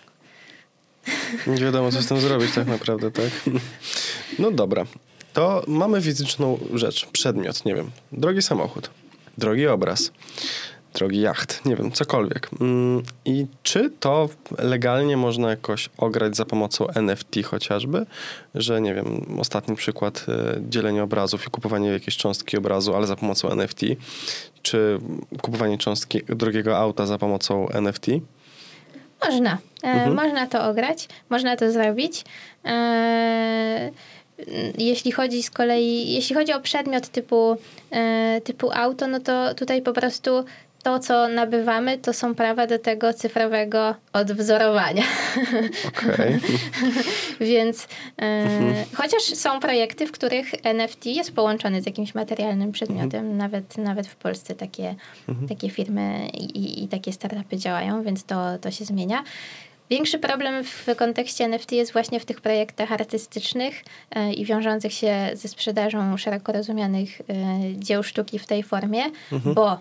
Nie wiadomo, co z tym zrobić tak naprawdę, tak? No dobra. To mamy fizyczną rzecz, przedmiot, nie wiem, drogi samochód, drogi obraz, drogi jacht, nie wiem, cokolwiek. I czy to legalnie można jakoś ograć za pomocą N F T chociażby? Że, nie wiem, ostatni przykład, dzielenie obrazów i kupowanie jakiejś cząstki obrazu, ale za pomocą N F T. Czy kupowanie cząstki drogiego auta za pomocą N F T? Można. Mhm. E, można to ograć. Można to zrobić. E, jeśli chodzi z kolei, jeśli chodzi o przedmiot typu, e, typu auto, no to tutaj po prostu to, co nabywamy, to są prawa do tego cyfrowego odwzorowania. Okej. Więc e, mhm. chociaż są projekty, w których N F T jest połączony z jakimś materialnym przedmiotem, mhm. nawet, nawet w Polsce takie, mhm. takie firmy i, i takie startupy działają, więc to, to się zmienia. Większy problem w kontekście N F T jest właśnie w tych projektach artystycznych e, i wiążących się ze sprzedażą szeroko rozumianych e, dzieł sztuki w tej formie, mhm. bo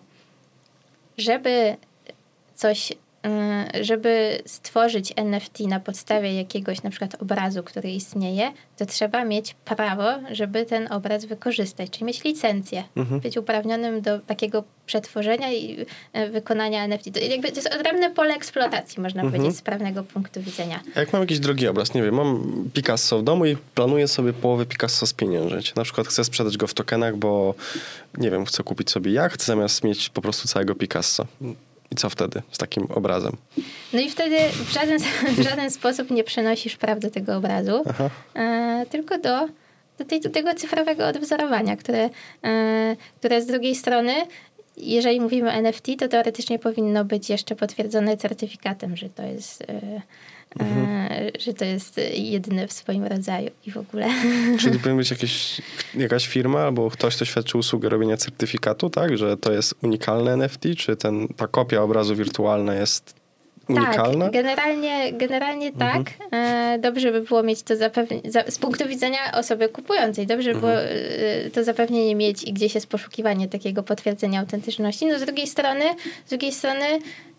żeby coś, żeby stworzyć N F T na podstawie jakiegoś na przykład obrazu, który istnieje, to trzeba mieć prawo, żeby ten obraz wykorzystać, czyli mieć licencję, mhm. być uprawnionym do takiego przetworzenia i wykonania N F T. To, jakby, to jest odrębne pole eksploatacji, można mhm. powiedzieć, z prawnego punktu widzenia. A jak mam jakiś drogi obraz, nie wiem, mam Picasso w domu i planuję sobie połowę Picasso spieniężyć. Na przykład chcę sprzedać go w tokenach, bo nie wiem, chcę kupić sobie jacht zamiast mieć po prostu całego Picasso. I co wtedy z takim obrazem? No i wtedy w żaden, w żaden sposób nie przenosisz praw do tego obrazu, e, tylko do, do, tej, do tego cyfrowego odwzorowania, które, e, które z drugiej strony, jeżeli mówimy o N F T, to teoretycznie powinno być jeszcze potwierdzone certyfikatem, że to jest... E, Mhm. że to jest jedyne w swoim rodzaju i w ogóle. Czyli powinien być jakieś, jakaś firma albo ktoś, kto świadczy usługę robienia certyfikatu, tak? Że to jest unikalne N F T? Czy ten, ta kopia obrazu wirtualna jest unikalna? Tak, generalnie, generalnie mhm. tak. Dobrze by było mieć to zapewnienie, z punktu widzenia osoby kupującej, dobrze by mhm. było to zapewnienie mieć i gdzieś jest poszukiwanie takiego potwierdzenia autentyczności. No z drugiej strony, z drugiej strony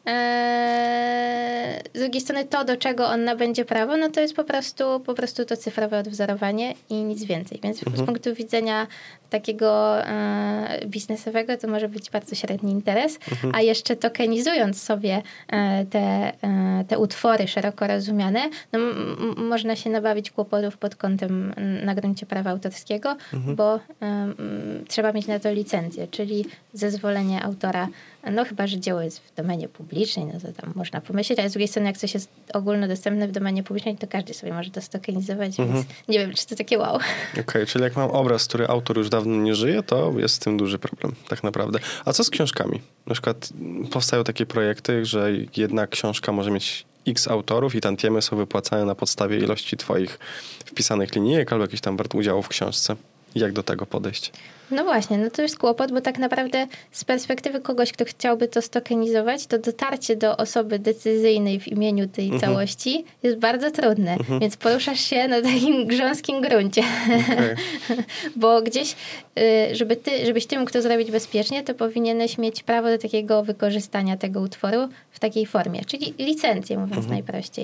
Eee, z drugiej strony to, do czego on nabędzie prawo, no to jest po prostu, po prostu to cyfrowe odwzorowanie i nic więcej. Więc mhm. z punktu widzenia takiego e, biznesowego to może być bardzo średni interes, mhm. a jeszcze tokenizując sobie e, te, e, te utwory szeroko rozumiane, no m- m- można się nabawić kłopotów pod kątem m, na gruncie prawa autorskiego, mhm. bo e, m, trzeba mieć na to licencję, czyli zezwolenie autora. No chyba, że dzieło jest w domenie publicznej, no to tam można pomyśleć, ale z drugiej strony jak coś jest ogólnodostępne w domenie publicznej, to każdy sobie może to stokenizować, mhm. więc nie wiem, czy to takie wow. Okej, okay, czyli jak mam obraz, który autor już dawno nie żyje, to jest z tym duży problem, tak naprawdę. A co z książkami? Na przykład powstają takie projekty, że jedna książka może mieć X autorów i tantiemy są wypłacane na podstawie ilości twoich wpisanych linijek albo jakichś tam udziałów w książce. Jak do tego podejść? No właśnie, no to jest kłopot, bo tak naprawdę z perspektywy kogoś, kto chciałby to stokenizować, to dotarcie do osoby decyzyjnej w imieniu tej mhm. całości jest bardzo trudne, mhm. więc poruszasz się na takim grząskim gruncie. Okay. Bo gdzieś, żeby ty, żebyś ty mógł to zrobić bezpiecznie, to powinieneś mieć prawo do takiego wykorzystania tego utworu w takiej formie, czyli licencję, mówiąc mhm. najprościej,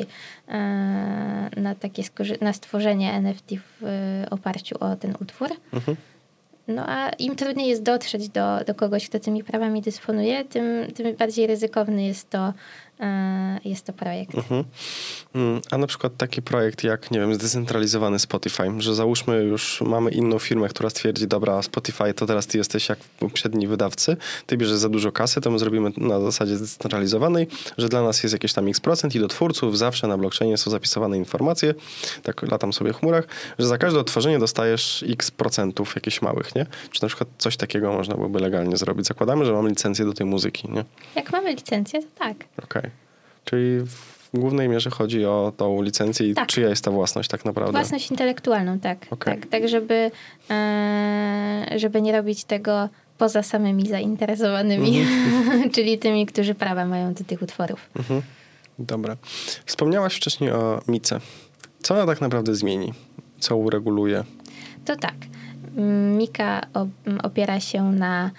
na takie skorzy- na stworzenie N F T w oparciu o ten utwór. Mhm. No a im trudniej jest dotrzeć do, do kogoś, kto tymi prawami dysponuje, tym, tym bardziej ryzykowny jest to, jest to projekt. Mhm. A na przykład taki projekt jak, nie wiem, zdecentralizowany Spotify, że załóżmy już mamy inną firmę, która stwierdzi, dobra, Spotify to teraz ty jesteś jak poprzedni wydawcy, ty bierzesz za dużo kasy, to my zrobimy na zasadzie zdecentralizowanej, że dla nas jest jakieś tam X procent i do twórców zawsze na blockchainie są zapisywane informacje, tak latam sobie w chmurach, że za każde odtworzenie dostajesz X procentów jakichś małych, nie? Czy na przykład coś takiego można byłoby legalnie zrobić? Zakładamy, że mamy licencję do tej muzyki, nie? Jak mamy licencję, to tak. Okej. Okay. Czyli w głównej mierze chodzi o tą licencję i tak. czyja jest ta własność tak naprawdę? Własność intelektualną, tak. Okay. Tak, tak żeby, e, żeby nie robić tego poza samymi zainteresowanymi, mm-hmm. czyli tymi, którzy prawa mają do tych utworów. Mm-hmm. Dobra. Wspomniałaś wcześniej o Mice. Co ona tak naprawdę zmieni? Co ureguluje? To tak. Mika opiera się na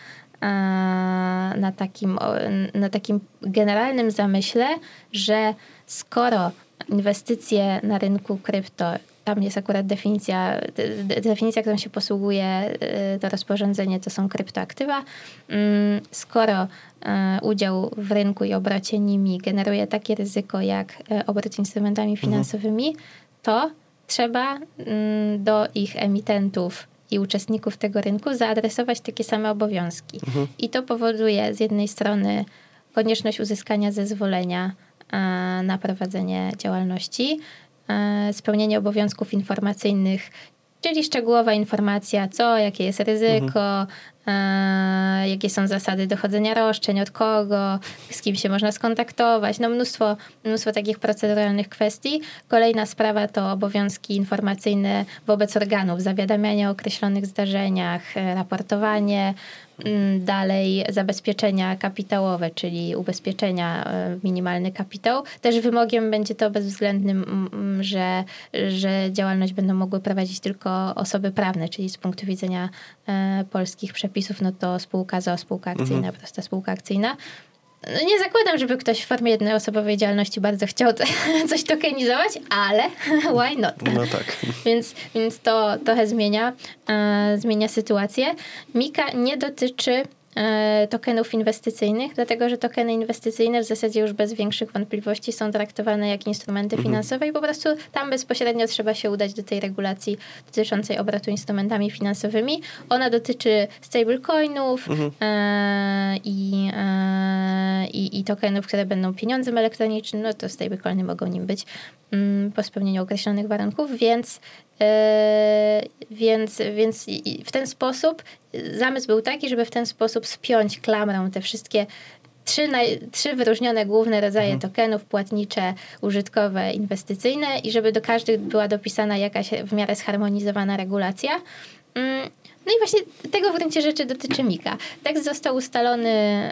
Na takim, na takim generalnym zamyśle, że skoro inwestycje na rynku krypto, tam jest akurat definicja, definicja, którą się posługuje to rozporządzenie, to są kryptoaktywa. Skoro udział w rynku i obrocie nimi generuje takie ryzyko jak obrót instrumentami finansowymi, mhm. to trzeba do ich emitentów i uczestników tego rynku zaadresować takie same obowiązki. Mhm. I to powoduje z jednej strony konieczność uzyskania zezwolenia a, na prowadzenie działalności, a, spełnienie obowiązków informacyjnych, czyli szczegółowa informacja, co, jakie jest ryzyko, mhm. a, jakie są zasady dochodzenia roszczeń, od kogo, z kim się można skontaktować. No mnóstwo, mnóstwo takich proceduralnych kwestii. Kolejna sprawa to obowiązki informacyjne wobec organów, zawiadamianie o określonych zdarzeniach, raportowanie, dalej zabezpieczenia kapitałowe, czyli ubezpieczenia, minimalny kapitał. Też wymogiem będzie to bezwzględnym, że, że działalność będą mogły prowadzić tylko osoby prawne, czyli z punktu widzenia e, polskich przepisów, no to spółka z o o, spółka akcyjna, mhm. prosta spółka akcyjna. No nie zakładam, żeby ktoś w formie jednoosobowej działalności bardzo chciał to, coś tokenizować, ale why not? No tak. Więc, więc to trochę zmienia, e, zmienia sytuację. Mika nie dotyczy e, tokenów inwestycyjnych, dlatego że tokeny inwestycyjne w zasadzie już bez większych wątpliwości są traktowane jak instrumenty mhm. finansowe i po prostu tam bezpośrednio trzeba się udać do tej regulacji dotyczącej obrotu instrumentami finansowymi. Ona dotyczy stablecoinów mhm. e, i, e, i, i tokenów, które będą pieniądzem elektronicznym, no to stablecoiny mogą nim być mm, po spełnieniu określonych warunków, więc Yy, więc, więc w ten sposób zamysł był taki, żeby w ten sposób spiąć klamrą te wszystkie trzy, naj, trzy wyróżnione główne rodzaje mhm. tokenów, płatnicze, użytkowe, inwestycyjne i żeby do każdych była dopisana jakaś w miarę zharmonizowana regulacja. Yy, no i właśnie tego w gruncie rzeczy dotyczy Mika. Tekst został ustalony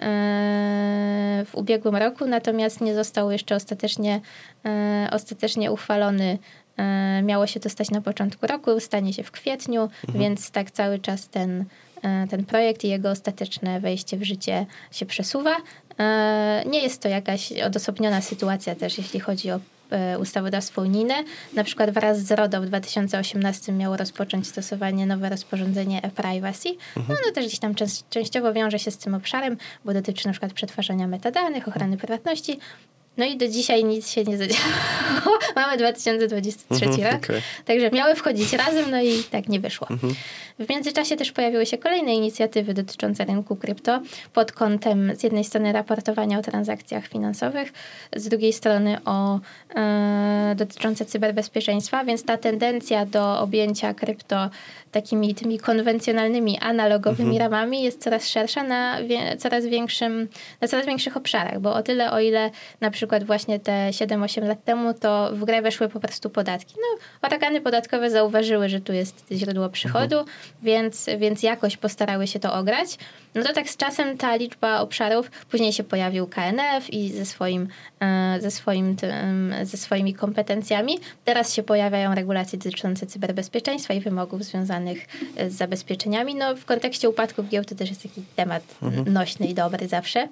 yy, w ubiegłym roku, natomiast nie został jeszcze ostatecznie, yy, ostatecznie uchwalony. Miało się to stać na początku roku, stanie się w kwietniu, mhm. więc tak cały czas ten, ten projekt i jego ostateczne wejście w życie się przesuwa. Nie jest to jakaś odosobniona sytuacja też, jeśli chodzi o ustawodawstwo unijne. Na przykład wraz z RODO w dwa tysiące osiemnastym miało rozpocząć stosowanie nowe rozporządzenie e-privacy. Mhm. No, no też gdzieś tam częst- częściowo wiąże się z tym obszarem, bo dotyczy na przykład przetwarzania metadanych, ochrony prywatności. No i do dzisiaj nic się nie zadziało. Mamy dwa tysiące dwudziesty trzeci mhm, rok. Okay. Także miały wchodzić razem, no i tak nie wyszło. Mhm. W międzyczasie też pojawiły się kolejne inicjatywy dotyczące rynku krypto pod kątem z jednej strony raportowania o transakcjach finansowych, z drugiej strony o e, dotyczące cyberbezpieczeństwa, więc ta tendencja do objęcia krypto takimi tymi konwencjonalnymi, analogowymi mhm. ramami jest coraz szersza na wie, coraz większym, na coraz większych obszarach, bo o tyle, o ile na przykład właśnie te siedem osiem lat temu, to w grę weszły po prostu podatki. No, organy podatkowe zauważyły, że tu jest źródło przychodu, mhm. więc, więc jakoś postarały się to ograć. No to tak z czasem ta liczba obszarów, później się pojawił K N F i ze, swoim, ze, swoim, ze swoimi kompetencjami. Teraz się pojawiają regulacje dotyczące cyberbezpieczeństwa i wymogów związanych z zabezpieczeniami. No w kontekście upadków giełd to też jest taki temat mhm. nośny i dobry zawsze.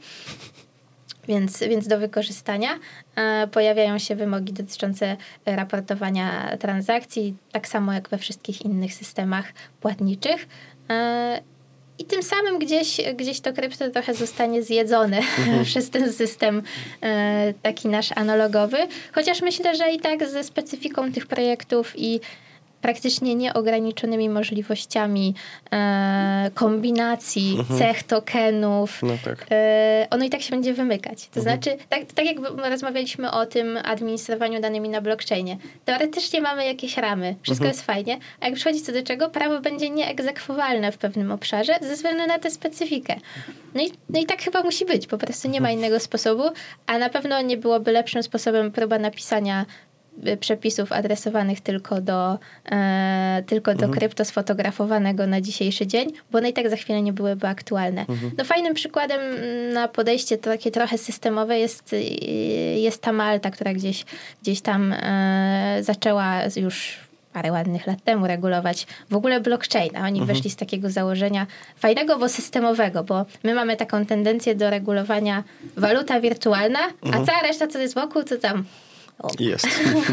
Więc, więc do wykorzystania e, pojawiają się wymogi dotyczące raportowania transakcji, tak samo jak we wszystkich innych systemach płatniczych. E, I tym samym gdzieś, gdzieś to krypto trochę zostanie zjedzone mhm. przez ten system e, taki nasz analogowy. Chociaż myślę, że i tak ze specyfiką tych projektów i praktycznie nieograniczonymi możliwościami e, kombinacji mhm. cech tokenów. No tak. E, ono i tak się będzie wymykać. To mhm. znaczy, tak, tak jak rozmawialiśmy o tym administrowaniu danymi na blockchainie. Teoretycznie mamy jakieś ramy. Wszystko mhm. jest fajnie. A jak przychodzi co do czego, prawo będzie nieegzekwowalne w pewnym obszarze ze względu na tę specyfikę. No i, no i tak chyba musi być. Po prostu nie ma innego sposobu. A na pewno nie byłoby lepszym sposobem próba napisania przepisów adresowanych tylko do, e, tylko mhm. do krypto sfotografowanego na dzisiejszy dzień, bo one i tak za chwilę nie byłyby aktualne. Mhm. No fajnym przykładem na podejście takie trochę systemowe jest, jest ta Malta, która gdzieś, gdzieś tam e, zaczęła już parę ładnych lat temu regulować w ogóle blockchaina. Oni mhm. wyszli z takiego założenia fajnego, bo systemowego, bo my mamy taką tendencję do regulowania waluta wirtualna, mhm. a cała reszta, co jest wokół, to tam O. Jest.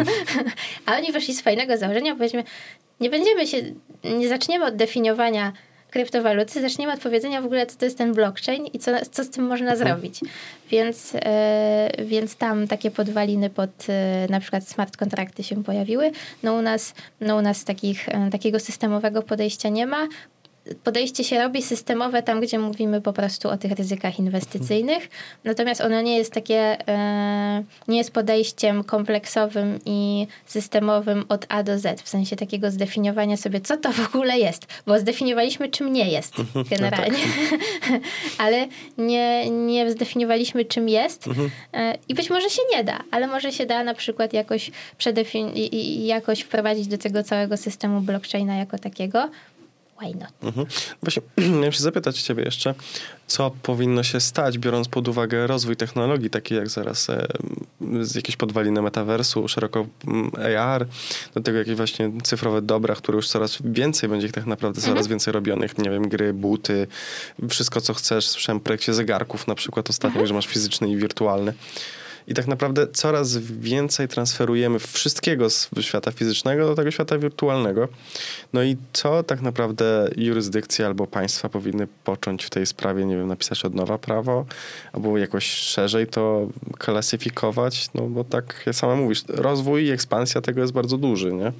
A oni wyszli z fajnego założenia, powiedzmy, nie będziemy się, nie zaczniemy od definiowania kryptowaluty, zaczniemy od powiedzenia w ogóle, co to jest ten blockchain i co, co z tym można mhm. zrobić. Więc, e, więc tam takie podwaliny pod e, na przykład smart kontrakty się pojawiły. No u nas, no u nas takich, e, takiego systemowego podejścia nie ma. Podejście się robi systemowe tam, gdzie mówimy po prostu o tych ryzykach inwestycyjnych. Natomiast ono nie jest takie, e, nie jest podejściem kompleksowym i systemowym od A do Z. W sensie takiego zdefiniowania sobie, co to w ogóle jest. Bo zdefiniowaliśmy, czym nie jest generalnie. No tak. Ale nie, nie zdefiniowaliśmy, czym jest. E, I być może się nie da. Ale może się da na przykład jakoś, przedefin- i, i jakoś wprowadzić do tego całego systemu blockchaina jako takiego. Why not? Mhm. Właśnie miałem się zapytać ciebie jeszcze, co powinno się stać, biorąc pod uwagę rozwój technologii, takie jak zaraz e, z jakieś podwaliny metaversu, szeroko A R, do tego jakieś właśnie cyfrowe dobra, które już coraz więcej będzie ich tak naprawdę mhm. coraz więcej robionych, nie wiem, gry, buty, wszystko co chcesz. Słyszałem o projekcie zegarków na przykład ostatnio, mhm. że masz fizyczny i wirtualny. I tak naprawdę coraz więcej transferujemy wszystkiego z świata fizycznego do tego świata wirtualnego. No i co tak naprawdę jurysdykcja albo państwa powinny począć w tej sprawie, nie wiem, napisać od nowa prawo, albo jakoś szerzej to klasyfikować, no bo tak jak sama mówisz, rozwój i ekspansja tego jest bardzo duży, nie?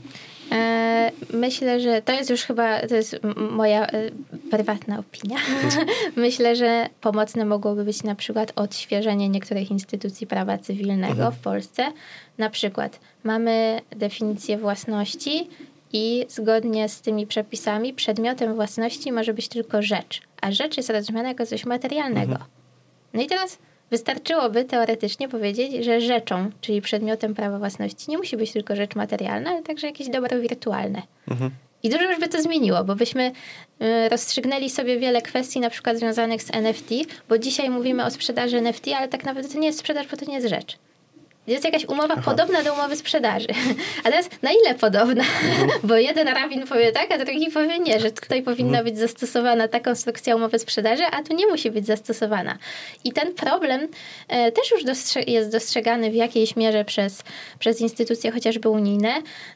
Myślę, że to jest już chyba, to jest moja y, prywatna opinia. Myślę, że pomocne mogłoby być na przykład odświeżenie niektórych instytucji prawa cywilnego mhm. w Polsce. Na przykład mamy definicję własności i zgodnie z tymi przepisami przedmiotem własności może być tylko rzecz, a rzecz jest rozumiana jako coś materialnego. Mhm. No i teraz wystarczyłoby teoretycznie powiedzieć, że rzeczą, czyli przedmiotem prawa własności nie musi być tylko rzecz materialna, ale także jakieś dobro wirtualne. Mhm. I dużo już by to zmieniło, bo byśmy y, rozstrzygnęli sobie wiele kwestii na przykład związanych z N F T, bo dzisiaj mówimy o sprzedaży N F T, ale tak naprawdę to nie jest sprzedaż, bo to nie jest rzecz. jest jakaś umowa Aha. podobna do umowy sprzedaży. A teraz na ile podobna? Mhm. Bo jeden rabin powie tak, a drugi powie nie, że tutaj powinna mhm. być zastosowana ta konstrukcja umowy sprzedaży, a tu nie musi być zastosowana. I ten problem e, też już dostrze- jest dostrzegany w jakiejś mierze przez, przez instytucje chociażby unijne.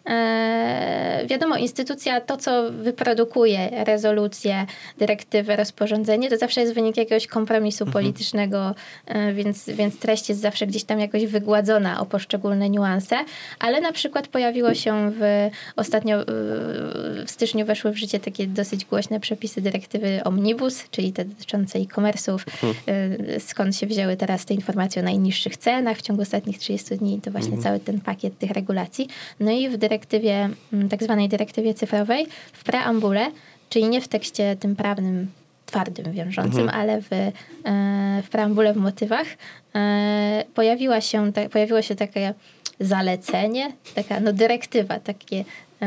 E, wiadomo, instytucja to, co wyprodukuje rezolucję, dyrektywę, rozporządzenie, to zawsze jest wynik jakiegoś kompromisu mhm. politycznego, e, więc, więc treść jest zawsze gdzieś tam jakoś wygładzona o poszczególne niuanse, ale na przykład pojawiło się w ostatnio w styczniu weszły w życie takie dosyć głośne przepisy dyrektywy Omnibus, czyli te dotyczące e-commerce'ów, hmm. skąd się wzięły teraz te informacje o najniższych cenach w ciągu ostatnich trzydziestu dni, to właśnie hmm. cały ten pakiet tych regulacji. No i w dyrektywie, tak zwanej dyrektywie cyfrowej, w preambule, czyli nie w tekście tym prawnym twardym, wiążącym, mhm. ale w, w preambule, w motywach pojawiła się, pojawiło się takie zalecenie, taka no dyrektywa, takie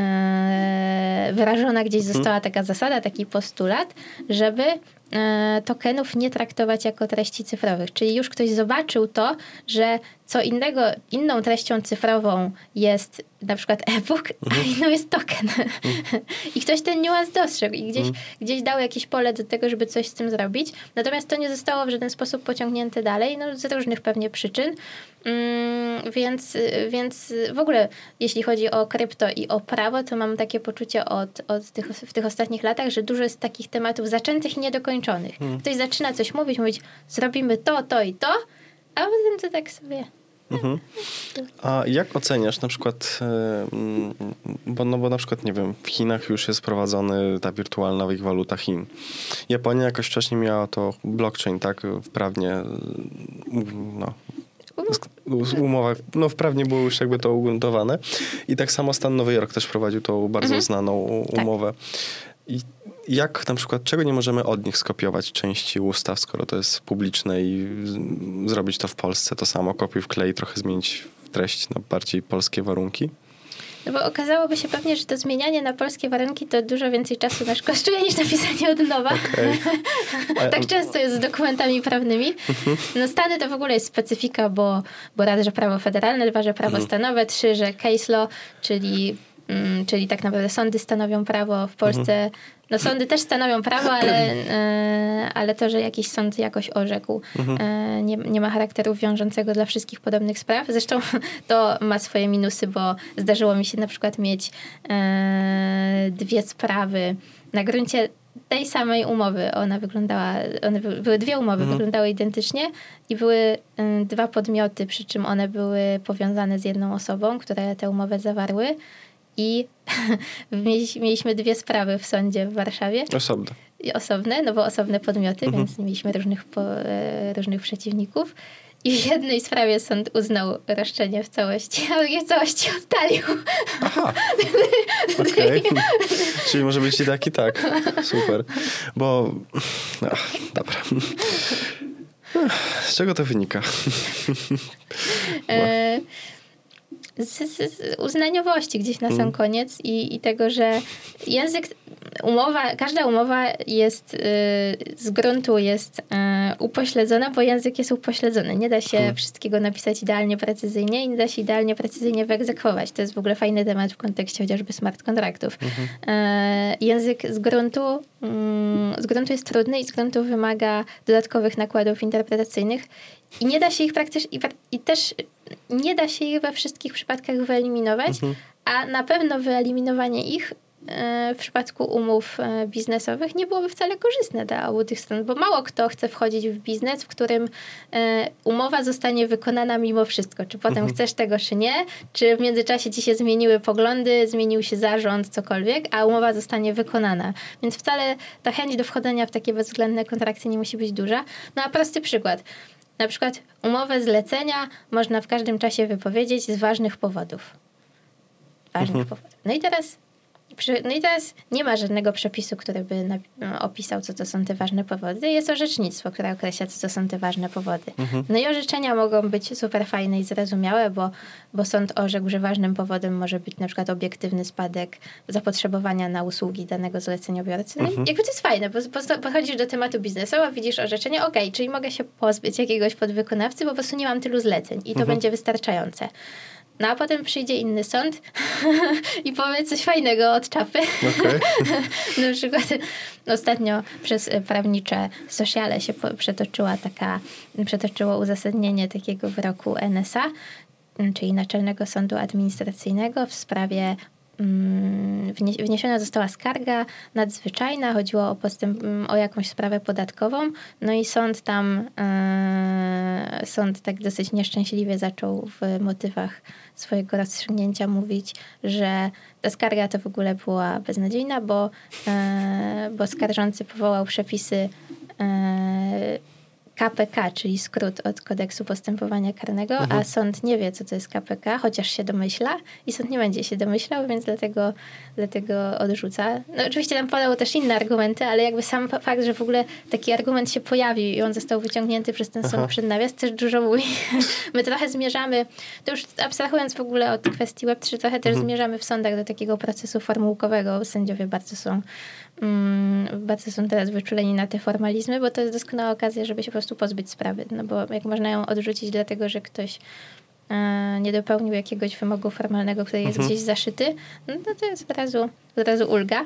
wyrażona gdzieś została taka zasada, taki postulat, żeby tokenów nie traktować jako treści cyfrowych. Czyli już ktoś zobaczył to, że co innego, inną treścią cyfrową jest na przykład e-book, mhm. a inną jest token. Mhm. I ktoś ten niuans dostrzegł i gdzieś, mhm. gdzieś dał jakieś pole do tego, żeby coś z tym zrobić. Natomiast to nie zostało w żaden sposób pociągnięte dalej, no z różnych pewnie przyczyn. Mm, więc, więc w ogóle jeśli chodzi o krypto i o prawo, to mam takie poczucie od, od tych, w tych ostatnich latach, że dużo jest takich tematów zaczętych i niedokończonych. Hmm. Ktoś zaczyna coś mówić, mówić zrobimy to, to i to, a potem to tak sobie... Mhm. A jak oceniasz na przykład, bo, no bo na przykład, nie wiem, w Chinach już jest prowadzony ta wirtualna ich waluta Chin. Japonia jakoś wcześniej miała to blockchain, tak, wprawnie, no... umowach, no wprawnie było już jakby to ugruntowane. I tak samo stan Nowy Jork też prowadził tą bardzo mhm. znaną umowę. Tak. I jak na przykład, czego nie możemy od nich skopiować części ustaw, skoro to jest publiczne i z- zrobić to w Polsce, to samo kopiuj wklej, trochę zmienić treść na bardziej polskie warunki? No bo okazałoby się pewnie, że to zmienianie na polskie warunki to dużo więcej czasu nas kosztuje niż napisanie od nowa. Okay. Tak często jest z dokumentami prawnymi. No Stany to w ogóle jest specyfika, bo, bo raz, że prawo federalne, dwa, że prawo mhm. stanowe, trzy, że case law, czyli, mm, czyli tak naprawdę sądy stanowią prawo w Polsce. Mhm. No sądy też stanowią prawo, ale, e, ale to, że jakiś sąd jakoś orzekł, mhm. e, nie, nie ma charakteru wiążącego dla wszystkich podobnych spraw. Zresztą to ma swoje minusy, bo zdarzyło mi się na przykład mieć e, dwie sprawy na gruncie tej samej umowy. Ona wyglądała, one były, były dwie umowy, mhm. wyglądały identycznie i były y, dwa podmioty, przy czym one były powiązane z jedną osobą, które tę umowę zawarły. I mieliśmy dwie sprawy w sądzie w Warszawie. Osobne. Osobne, no bo osobne podmioty, mhm. więc mieliśmy różnych, po, różnych przeciwników. I w jednej sprawie sąd uznał roszczenie w całości, a drugiej w całości oddalił. Aha, okej. Okay. Czyli może być i tak, i tak. Super. Bo, no, dobra. Z czego to wynika? e- Z, z, z uznaniowości gdzieś na sam hmm. koniec i, i tego, że język, umowa, każda umowa jest y, z gruntu jest y, upośledzona, bo język jest upośledzony. Nie da się hmm. wszystkiego napisać idealnie precyzyjnie i nie da się idealnie precyzyjnie wyegzekwować. To jest w ogóle fajny temat w kontekście chociażby smart kontraktów. Hmm. Y, język z gruntu, y, z gruntu jest trudny i z gruntu wymaga dodatkowych nakładów interpretacyjnych i nie da się ich praktycznie, i, i też nie da się ich we wszystkich przypadkach wyeliminować, mhm. a na pewno wyeliminowanie ich e, w przypadku umów e, biznesowych nie byłoby wcale korzystne dla obu tych stron, bo mało kto chce wchodzić w biznes, w którym e, umowa zostanie wykonana mimo wszystko. Czy potem mhm. chcesz tego, czy nie, czy w międzyczasie ci się zmieniły poglądy, zmienił się zarząd, cokolwiek, a umowa zostanie wykonana. Więc wcale ta chęć do wchodzenia w takie bezwzględne kontrakty nie musi być duża. No a prosty przykład. Na przykład umowę zlecenia można w każdym czasie wypowiedzieć z ważnych powodów. Ważnych mhm. powodów. No i teraz No i teraz nie ma żadnego przepisu, który by opisał, co to są te ważne powody. Jest orzecznictwo, które określa, co to są te ważne powody. Mhm. No i orzeczenia mogą być super fajne i zrozumiałe, bo, bo sąd orzekł, że ważnym powodem może być na przykład obiektywny spadek zapotrzebowania na usługi danego zleceniobiorcy. No mhm. i jakby to jest fajne, bo podchodzisz do tematu biznesu, a widzisz orzeczenie, okej, okay, czyli mogę się pozbyć jakiegoś podwykonawcy, bo po prostu nie mam tylu zleceń i to mhm. będzie wystarczające. No a potem przyjdzie inny sąd i powie coś fajnego od czapy. Okay. Na przykład ostatnio przez prawnicze sociale się przetoczyła taka, przetoczyło uzasadnienie takiego wyroku N S A, czyli Naczelnego Sądu Administracyjnego w sprawie wniesiona została skarga nadzwyczajna, chodziło o postęp, o jakąś sprawę podatkową, no i sąd tam e, sąd tak dosyć nieszczęśliwie zaczął w motywach swojego rozstrzygnięcia mówić, że ta skarga to w ogóle była beznadziejna, bo, e, bo skarżący powołał przepisy e, K P K, czyli skrót od kodeksu postępowania karnego, mhm. a sąd nie wie, co to jest K P K, chociaż się domyśla i sąd nie będzie się domyślał, więc dlatego, dlatego odrzuca. No oczywiście tam podało też inne argumenty, ale jakby sam fakt, że w ogóle taki argument się pojawił i on został wyciągnięty przez ten sąd przed nawias, też dużo mówi. My trochę zmierzamy, to już abstrahując w ogóle od kwestii web trzy, trochę też mhm. zmierzamy w sądach do takiego procesu formułkowego. Sędziowie bardzo są mm, bardzo są teraz wyczuleni na te formalizmy, bo to jest doskonała okazja, żeby się po prostu pozbyć sprawy, no bo jak można ją odrzucić dlatego, że ktoś e, nie dopełnił jakiegoś wymogu formalnego, który jest mhm. gdzieś zaszyty, no to jest od razu, od razu ulga.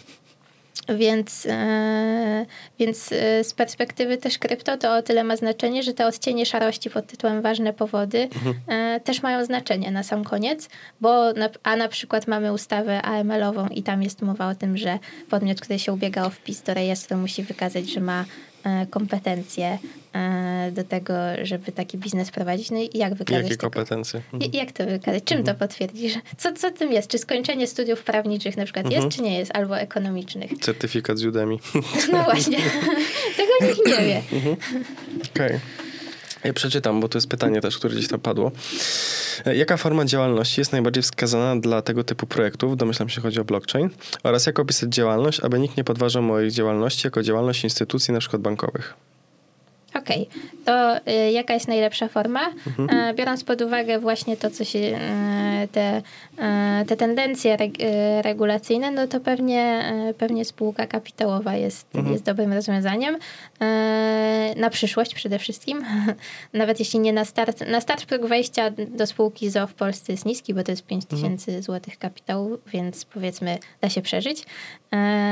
Więc, e, więc e, z perspektywy też krypto to o tyle ma znaczenie, że te odcienie szarości pod tytułem ważne powody mhm. e, też mają znaczenie na sam koniec, bo na, a na przykład mamy ustawę A M L-ową i tam jest mowa o tym, że podmiot, który się ubiega o wpis do rejestru, musi wykazać, że ma kompetencje do tego, żeby taki biznes prowadzić. No i jak wykazać? Jakie kompetencje? Mhm. Jak to wykazać? Czym mhm. to potwierdzisz? Co, co tym jest? Czy skończenie studiów prawniczych na przykład mhm. jest, czy nie jest? Albo ekonomicznych? Certyfikat z Udemy. No właśnie. Tego nikt nie wie. Mhm. Okej. Okay. Ja przeczytam, bo to jest pytanie też, które gdzieś tam padło. Jaka forma działalności jest najbardziej wskazana dla tego typu projektów? Domyślam się, chodzi o blockchain. Oraz jak opisać działalność, aby nikt nie podważał mojej działalności jako działalność instytucji, na przykład bankowych? Okej, okay. To y, jaka jest najlepsza forma? Mhm. E, biorąc pod uwagę właśnie to, co się, y, te, y, te tendencje reg, y, regulacyjne, no to pewnie, y, pewnie spółka kapitałowa jest, mhm. jest dobrym rozwiązaniem. Y, na przyszłość przede wszystkim. Nawet jeśli nie na start. Na start próg wejścia do spółki z o o w Polsce jest niski, bo to jest pięć tysięcy mhm. złotych kapitału, więc powiedzmy da się przeżyć. Y,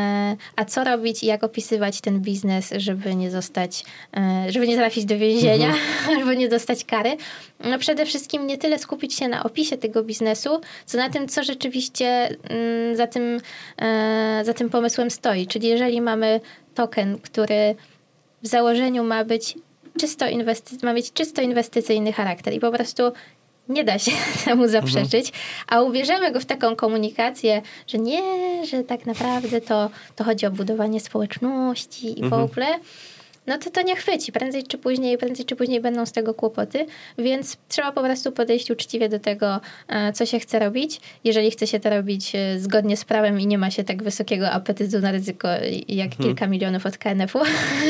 a co robić i jak opisywać ten biznes, żeby nie zostać y, żeby nie trafić do więzienia mhm. albo nie dostać kary. No przede wszystkim nie tyle skupić się na opisie tego biznesu, co na tym, co rzeczywiście mm, za tym, e, za tym pomysłem stoi. Czyli jeżeli mamy token, który w założeniu ma być czysto inwesty- ma mieć czysto inwestycyjny charakter i po prostu nie da się temu zaprzeczyć, mhm. a ubierzemy go w taką komunikację, że nie, że tak naprawdę to, to chodzi o budowanie społeczności i mhm. w ogóle, no to to nie chwyci. Prędzej czy później, prędzej czy później będą z tego kłopoty, więc trzeba po prostu podejść uczciwie do tego, co się chce robić. Jeżeli chce się to robić zgodnie z prawem i nie ma się tak wysokiego apetytu na ryzyko jak hmm. kilka milionów od K N F u,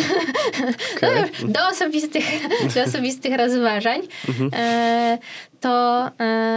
okay. no, do, osobistych, do osobistych rozważań, hmm. to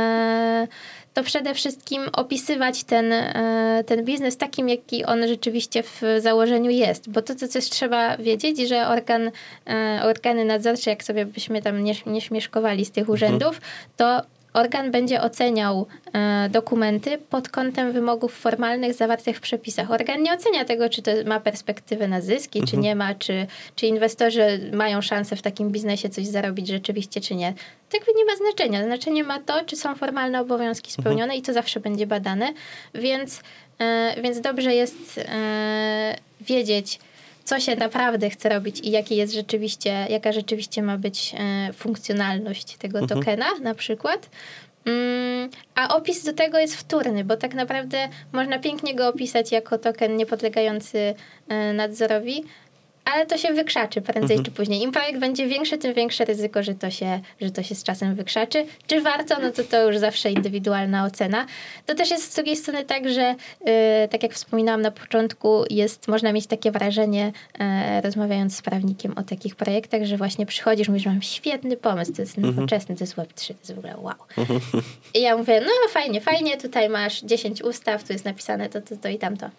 to przede wszystkim opisywać ten, ten biznes takim, jaki on rzeczywiście w założeniu jest. Bo to, co też trzeba wiedzieć, że organ, organy nadzorcze, jak sobie byśmy tam nie, nie śmieszkowali z tych urzędów, to organ będzie oceniał e, dokumenty pod kątem wymogów formalnych zawartych w przepisach. Organ nie ocenia tego, czy to ma perspektywę na zyski, mhm. czy nie ma, czy, czy inwestorzy mają szansę w takim biznesie coś zarobić rzeczywiście, czy nie. To jakby nie ma znaczenia. Znaczenie ma to, czy są formalne obowiązki spełnione mhm. i to zawsze będzie badane. Więc, e, więc dobrze jest e, wiedzieć, co się naprawdę chce robić i jaki jest rzeczywiście, jaka rzeczywiście ma być e, funkcjonalność tego mhm. tokena na przykład. Mm, a opis do tego jest wtórny, bo tak naprawdę można pięknie go opisać jako token niepodlegający e, nadzorowi, ale to się wykrzaczy prędzej Mhm. czy później. Im projekt będzie większy, tym większe ryzyko, że to się, że to się z czasem wykrzaczy. Czy warto? No to to już zawsze indywidualna ocena. To też jest z drugiej strony tak, że yy, tak jak wspominałam na początku, jest, można mieć takie wrażenie, yy, rozmawiając z prawnikiem o takich projektach, że właśnie przychodzisz, mówisz, mam świetny pomysł, to jest nowoczesny, to jest web trzy, to jest w ogóle wow. Mhm. I ja mówię, no fajnie, fajnie, tutaj masz dziesięć ustaw, tu jest napisane to, to, to i tamto.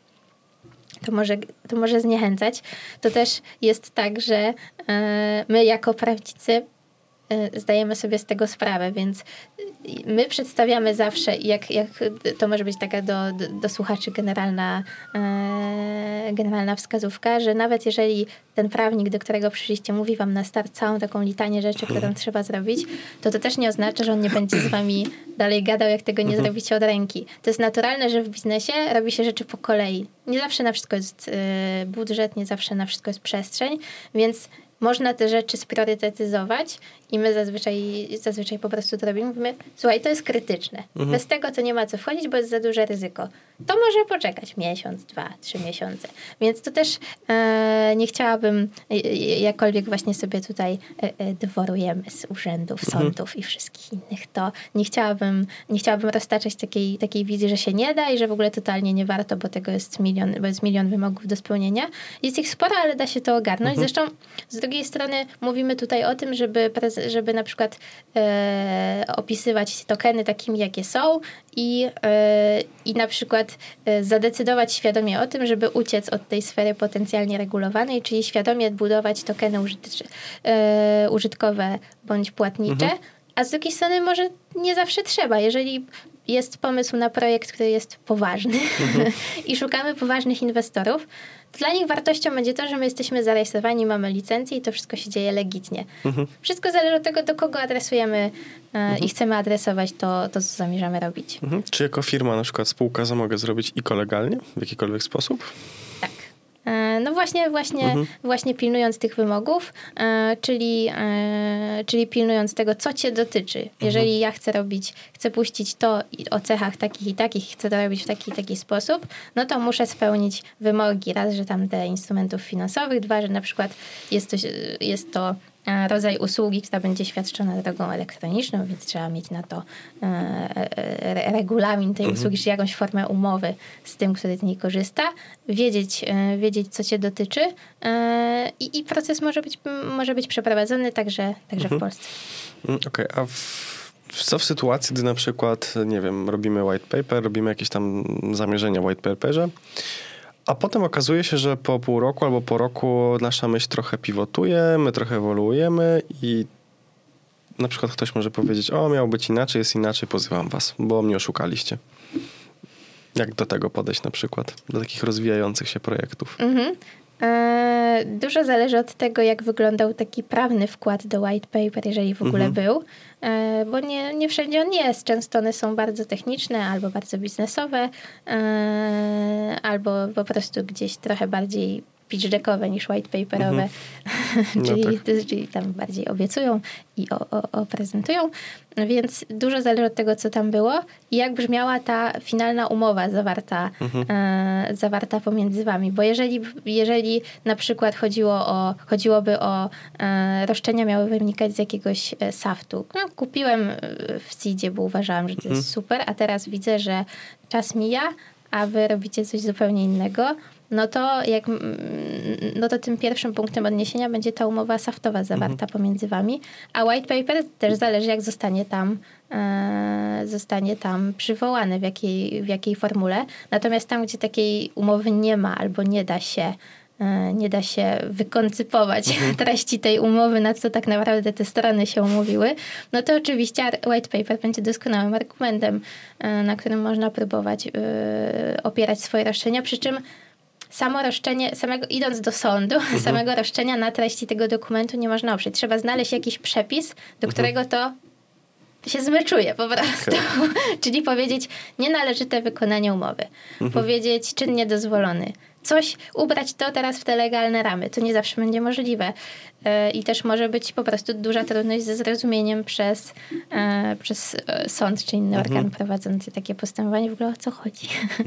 To może, to może zniechęcać. To też jest tak, że yy, my jako prawnicy yy, zdajemy sobie z tego sprawę, więc my przedstawiamy zawsze, jak, jak to może być taka do, do, do słuchaczy generalna, yy, generalna wskazówka, że nawet jeżeli ten prawnik, do którego przyszliście, mówi wam na start całą taką litanię rzeczy, które trzeba zrobić, to to też nie oznacza, że on nie będzie z wami dalej gadał, jak tego nie zrobicie od ręki. To jest naturalne, że w biznesie robi się rzeczy po kolei. Nie zawsze na wszystko jest yy, budżet, nie zawsze na wszystko jest przestrzeń, więc można te rzeczy spriorytetyzować i my zazwyczaj, zazwyczaj po prostu to robimy. Mówimy, słuchaj, to jest krytyczne. Mhm. Bez tego to nie ma co wchodzić, bo jest za duże ryzyko. To może poczekać miesiąc, dwa, trzy miesiące. Więc to też e, nie chciałabym, e, jakkolwiek właśnie sobie tutaj e, e, dworujemy z urzędów, mhm. sądów i wszystkich innych, to nie chciałabym, nie chciałabym roztaczać takiej, takiej wizji, że się nie da i że w ogóle totalnie nie warto, bo tego jest milion, bo jest milion wymogów do spełnienia. Jest ich sporo, ale da się to ogarnąć. Mhm. Zresztą z drugiej strony mówimy tutaj o tym, żeby, żeby na przykład e, opisywać tokeny takimi, jakie są i, e, i na przykład e, zadecydować świadomie o tym, żeby uciec od tej sfery potencjalnie regulowanej, czyli świadomie budować tokeny użytycz, e, użytkowe bądź płatnicze, mhm. a z drugiej strony może nie zawsze trzeba. Jeżeli jest pomysł na projekt, który jest poważny mhm. i szukamy poważnych inwestorów, to dla nich wartością będzie to, że my jesteśmy zarejestrowani, mamy licencję i to wszystko się dzieje legitnie. Mhm. Wszystko zależy od tego, do kogo adresujemy e, mhm. i chcemy adresować to, to, co zamierzamy robić. Mhm. Czy jako firma, na przykład spółka, mogę zrobić i legalnie w jakikolwiek sposób? Tak. No właśnie, właśnie, mhm. właśnie pilnując tych wymogów, e, czyli, e, czyli pilnując tego, co cię dotyczy. Jeżeli mhm. ja chcę robić, chcę puścić to o cechach takich i takich, chcę to robić w taki i taki sposób, no to muszę spełnić wymogi. Raz, że tam te instrumentów finansowych, dwa, że na przykład jest to, jest to rodzaj usługi, która będzie świadczona drogą elektroniczną, więc trzeba mieć na to e, regulamin tej mhm. usługi, czy jakąś formę umowy z tym, który z niej korzysta, wiedzieć, e, wiedzieć co cię dotyczy e, i, i proces może być, może być przeprowadzony także, także mhm. w Polsce. Okej, okay, a w, co w sytuacji, gdy na przykład, nie wiem, robimy white paper, robimy jakieś tam zamierzenia w white paperze, a potem okazuje się, że po pół roku albo po roku nasza myśl trochę pivotuje, my trochę ewoluujemy i na przykład ktoś może powiedzieć, o, miało być inaczej, jest inaczej, pozywam was, bo mnie oszukaliście. Jak do tego podejść na przykład? Do takich rozwijających się projektów? Mhm. E, dużo zależy od tego, jak wyglądał taki prawny wkład do white paper, jeżeli w ogóle mhm. był. E, bo nie, nie wszędzie on jest. Często one są bardzo techniczne albo bardzo biznesowe, e, albo po prostu gdzieś trochę bardziej pitch deckowe niż white paperowe, mhm. czyli, no tak. czyli tam bardziej obiecują i o, o, o prezentują. Więc dużo zależy od tego, co tam było i jak brzmiała ta finalna umowa zawarta, mhm. e, zawarta pomiędzy wami. Bo jeżeli, jeżeli na przykład chodziło o, chodziłoby o e, roszczenia miały wynikać z jakiegoś e, saftu. No, kupiłem w seedzie, bo uważałam, że to mhm. jest super, a teraz widzę, że czas mija, a wy robicie coś zupełnie innego, no to jak, no to tym pierwszym punktem odniesienia będzie ta umowa saftowa zawarta mhm. pomiędzy wami, a white paper też zależy, jak zostanie tam e, zostanie tam przywołany, w jakiej, w jakiej formule. Natomiast tam, gdzie takiej umowy nie ma albo nie da się e, nie da się wykoncypować mhm. treści tej umowy, na co tak naprawdę te strony się umówiły, no to oczywiście white paper będzie doskonałym argumentem, e, na którym można próbować e, opierać swoje roszczenia, przy czym samo roszczenie, samego, idąc do sądu, mhm. samego roszczenia na treści tego dokumentu nie można oprzeć. Trzeba znaleźć jakiś przepis, do mhm. którego to się zmeczuje po prostu. Okay. Czyli powiedzieć nienależyte wykonanie umowy. Mhm. Powiedzieć czyn niedozwolony. coś, ubrać to teraz w te legalne ramy. To nie zawsze będzie możliwe. I też może być po prostu duża trudność ze zrozumieniem przez, przez sąd, czy inny mhm. organ prowadzący takie postępowanie. W ogóle o co chodzi?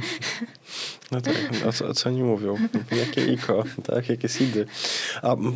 No tak, o co, o co oni mówią? Jakie I K O, tak? Jakie S I D-y? A mm,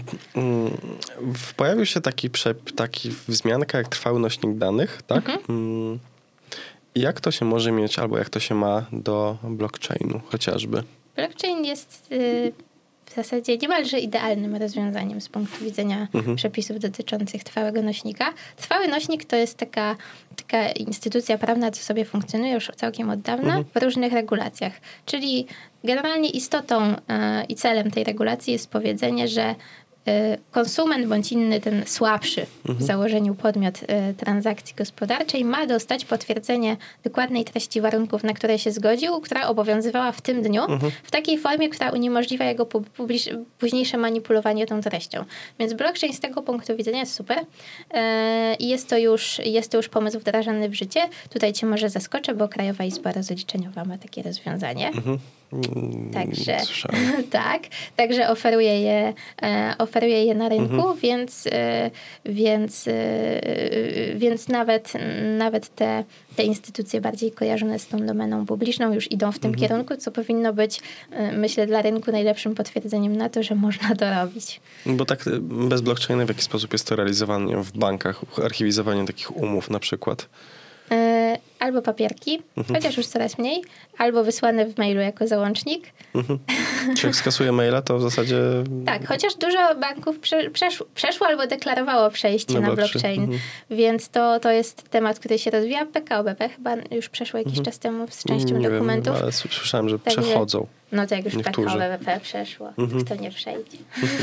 pojawił się taki, przep, taki wzmianka jak trwały nośnik danych, tak? Mhm. Mm, jak to się może mieć, albo jak to się ma do blockchainu chociażby? Blockchain jest y, w zasadzie niemalże idealnym rozwiązaniem z punktu widzenia mhm. przepisów dotyczących trwałego nośnika. Trwały nośnik to jest taka, taka instytucja prawna, co sobie funkcjonuje już całkiem od dawna mhm. w różnych regulacjach. Czyli generalnie istotą y, i celem tej regulacji jest powiedzenie, że konsument bądź inny, ten słabszy mhm. w założeniu podmiot y, transakcji gospodarczej ma dostać potwierdzenie dokładnej treści warunków, na które się zgodził, która obowiązywała w tym dniu, mhm. w takiej formie, która uniemożliwia jego publicz- późniejsze manipulowanie tą treścią. Więc blockchain z tego punktu widzenia jest super i y, jest to już jest to już pomysł wdrażany w życie. Tutaj cię może zaskoczę, bo Krajowa Izba Rozliczeniowa ma takie rozwiązanie. Mhm. Także, tak, także oferuje je, e, oferuje je na rynku, mhm. więc, e, więc, e, więc nawet, nawet te, te instytucje bardziej kojarzone z tą domeną publiczną już idą w tym mhm. kierunku, co powinno być, e, myślę, dla rynku najlepszym potwierdzeniem na to, że można to robić. Bo tak bez blockchaina w jaki sposób jest to realizowane w bankach, archiwizowanie takich umów na przykład? Albo papierki, mhm. chociaż już coraz mniej, albo wysłane w mailu jako załącznik. Mhm. Czy jak skasuje maila, to w zasadzie... Tak, chociaż dużo banków prze, przeszło, przeszło albo deklarowało przejście na, na blockchain, mhm. więc to, to jest temat, który się rozwija. P K O B P chyba już przeszło jakiś mhm. czas temu z częścią nie dokumentów. Wiem, ale słyszałem, że Także, przechodzą. No to jak już P K O B P przeszło, mhm. kto nie przejdzie.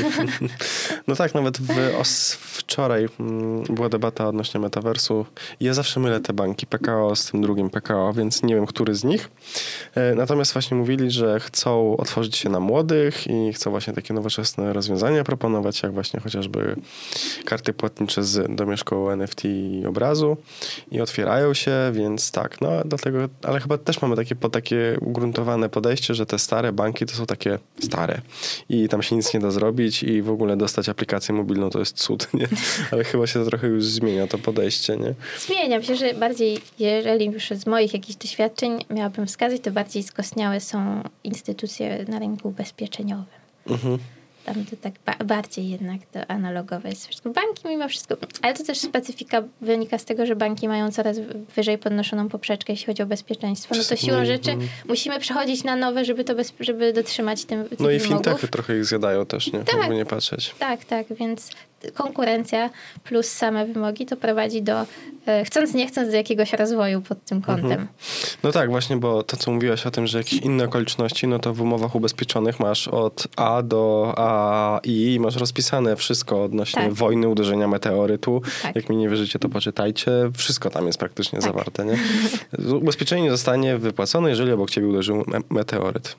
No tak, nawet w, os, wczoraj m, była debata odnośnie metaversu. Ja zawsze mylę te banki, P K O z tym drugim P K O, więc nie wiem, który z nich. E, natomiast właśnie mówili, że chcą otworzyć się na młodych i chcą właśnie takie nowoczesne rozwiązania proponować, jak właśnie chociażby karty płatnicze z domieszką N F T i obrazu i otwierają się, więc tak, no dlatego, ale chyba też mamy takie, po, takie ugruntowane podejście, że te stare banki to są takie stare i tam się nic nie da zrobić i w ogóle dostać aplikację mobilną to jest cud, nie? Ale chyba się to trochę już zmienia, to podejście, nie? Zmienia. Myślę, że bardziej, jeżeli już z moich jakichś doświadczeń miałabym wskazać, to bardziej skostniałe są instytucje na rynku ubezpieczeniowym. Mhm. Tam to tak ba- bardziej jednak to analogowe jest wszystko. Banki mimo wszystko, ale to też specyfika wynika z tego, że banki mają coraz wyżej podnoszoną poprzeczkę, jeśli chodzi o bezpieczeństwo. No to siłą rzeczy mm. musimy przechodzić na nowe, żeby to bez, żeby dotrzymać tym tych No i wymogów. fintechy trochę ich zjadają też, nie? Tak, jakby nie patrzeć. Tak, tak, więc konkurencja plus same wymogi to prowadzi do, e, chcąc nie chcąc, do jakiegoś rozwoju pod tym kątem. Mhm. No tak, właśnie, bo to, co mówiłaś o tym, że jakieś inne okoliczności, no to w umowach ubezpieczonych masz od A do A i masz rozpisane wszystko odnośnie tak. wojny, uderzenia meteorytu. Tak. Jak mi nie wierzycie, to poczytajcie. Wszystko tam jest praktycznie tak. zawarte, nie? Ubezpieczenie nie zostanie wypłacone, jeżeli obok ciebie uderzył me- meteoryt.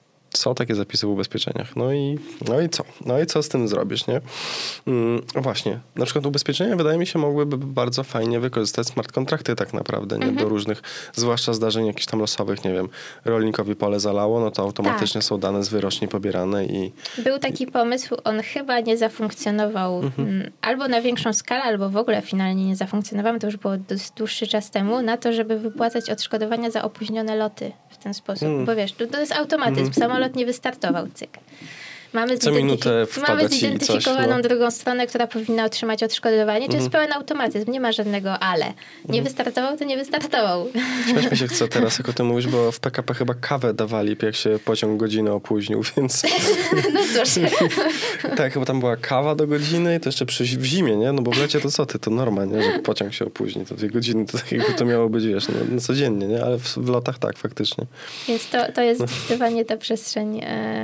Są takie zapisy w ubezpieczeniach. No i, no i co? No i co z tym zrobisz, nie? Mm, właśnie. Na przykład ubezpieczenia, wydaje mi się, mogłyby bardzo fajnie wykorzystać smart kontrakty tak naprawdę, nie? Mhm. Do różnych, zwłaszcza zdarzeń jakichś tam losowych, nie wiem, rolnikowi pole zalało, no to automatycznie tak. są dane z wyroczni pobierane i... Był taki pomysł, on chyba nie zafunkcjonował mhm. albo na większą skalę, albo w ogóle finalnie nie zafunkcjonował, to już było dłuższy czas temu, na to, żeby wypłacać odszkodowania za opóźnione loty w ten sposób. Mhm. Bo wiesz, to, to jest automatyzm. Mhm. Samolot nie wystartował, cyk. Mamy, Co minutę mamy zidentyfikowaną coś, no. drugą stronę, która powinna otrzymać odszkodowanie. To mm. jest pełen automatyzm. Nie ma żadnego ale. Nie mm. wystartował, to nie wystartował. Śmiesz mi się chce teraz, jak o tym mówisz, bo w P K P chyba kawę dawali, jak się pociąg godzinę opóźnił, więc... No cóż. Tak, chyba tam była kawa do godziny i to jeszcze przy, w zimie, nie? No bo w lecie to co ty, to norma, nie? Że pociąg się opóźni. To dwie godziny, to tak jakby to miało być, wiesz, no, no codziennie, nie? Ale w, w lotach tak, faktycznie. Więc to, to jest zdecydowanie ta przestrzeń.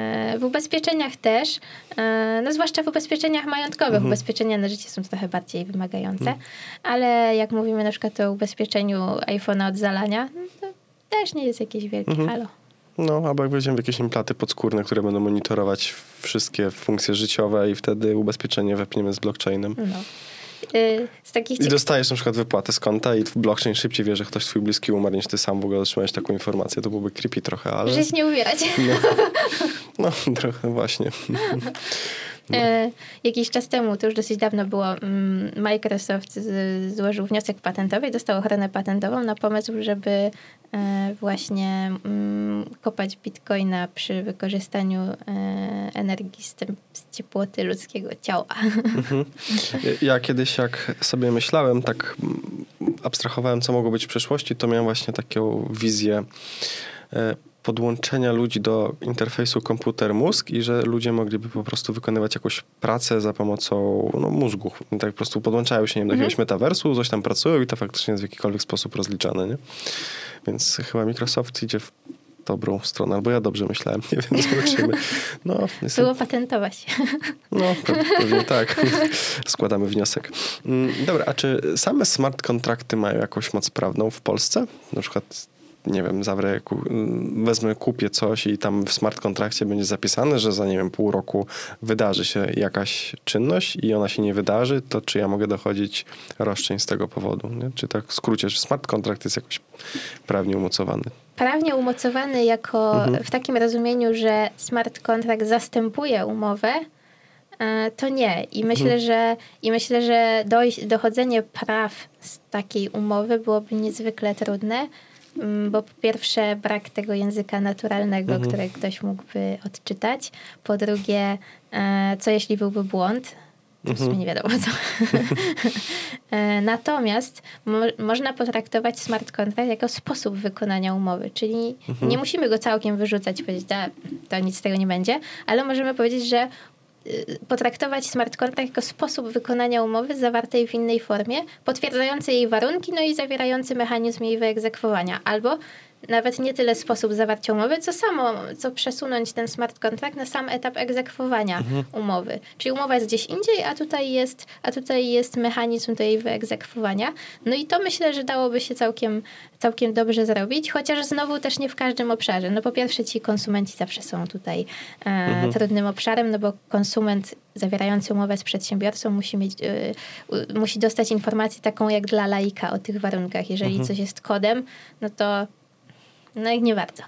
W ubezpieczeniach też, no zwłaszcza w ubezpieczeniach majątkowych. Mhm. Ubezpieczenia na życie są trochę bardziej wymagające, mhm. ale jak mówimy na przykład o ubezpieczeniu iPhone'a od zalania, no to też nie jest jakieś wielkie mhm. halo. No, albo jak weźmiemy jakieś implanty podskórne, które będą monitorować wszystkie funkcje życiowe i wtedy ubezpieczenie wepniemy z blockchainem. No. Yy, z takich I dostajesz na przykład wypłatę z konta i blockchain szybciej wie, że ktoś twój bliski umarł niż ty sam w ogóle otrzymałeś taką informację. To byłoby creepy trochę, ale... Żyć nie umierać. No, no trochę właśnie. No. E, jakiś czas temu, to już dosyć dawno było, Microsoft z, złożył wniosek patentowy i dostał ochronę patentową na pomysł, żeby e, właśnie m, kopać bitcoina przy wykorzystaniu e, energii z, tym, z ciepłoty ludzkiego ciała. Mhm. Ja kiedyś jak sobie myślałem, tak abstrahowałem, co mogło być w przyszłości, to miałem właśnie taką wizję e, podłączenia ludzi do interfejsu komputer-mózg i że ludzie mogliby po prostu wykonywać jakąś pracę za pomocą no, mózgu. I tak po prostu podłączają się nie wiem, do jakiegoś metaversu, coś tam pracują i to faktycznie jest w jakikolwiek sposób rozliczane. Nie? Więc chyba Microsoft idzie w dobrą stronę, albo ja dobrze myślałem, nie wiem, zobaczymy. No, jestem... Było patentować. No, pewnie tak. Składamy wniosek. Dobra, a czy same smart kontrakty mają jakąś moc prawną w Polsce? Na przykład nie wiem, zawrę, wezmę, kupię coś i tam w smart kontrakcie będzie zapisane, że za, nie wiem, pół roku wydarzy się jakaś czynność i ona się nie wydarzy, to czy ja mogę dochodzić roszczeń z tego powodu? Nie? Czy tak w skrócie, że smart kontrakt jest jakoś prawnie umocowany? Prawnie umocowany jako mhm. w takim rozumieniu, że smart kontrakt zastępuje umowę, to nie. I myślę, mhm. że, i myślę, że dojść, dochodzenie praw z takiej umowy byłoby niezwykle trudne, bo po pierwsze brak tego języka naturalnego, mhm. który ktoś mógłby odczytać. Po drugie, co jeśli byłby błąd? To w sumie nie wiadomo co. Natomiast mo- można potraktować smart contract jako sposób wykonania umowy, czyli mhm. nie musimy go całkiem wyrzucać, powiedzieć, da, to nic z tego nie będzie, ale możemy powiedzieć, że potraktować smart contract jako sposób wykonania umowy zawartej w innej formie, potwierdzający jej warunki, no i zawierający mechanizm jej wyegzekwowania. Albo nawet nie tyle sposób zawarcia umowy, co samo, co przesunąć ten smart contract na sam etap egzekwowania mhm. umowy. Czyli umowa jest gdzieś indziej, a tutaj jest, a tutaj jest mechanizm do jej wyegzekwowania. No i to myślę, że dałoby się całkiem, całkiem dobrze zrobić, chociaż znowu też nie w każdym obszarze. No po pierwsze ci konsumenci zawsze są tutaj e, mhm. trudnym obszarem, no bo konsument zawierający umowę z przedsiębiorcą musi mieć, y, musi dostać informację taką jak dla laika o tych warunkach. Jeżeli mhm. coś jest kodem, no to no jak nie bardzo.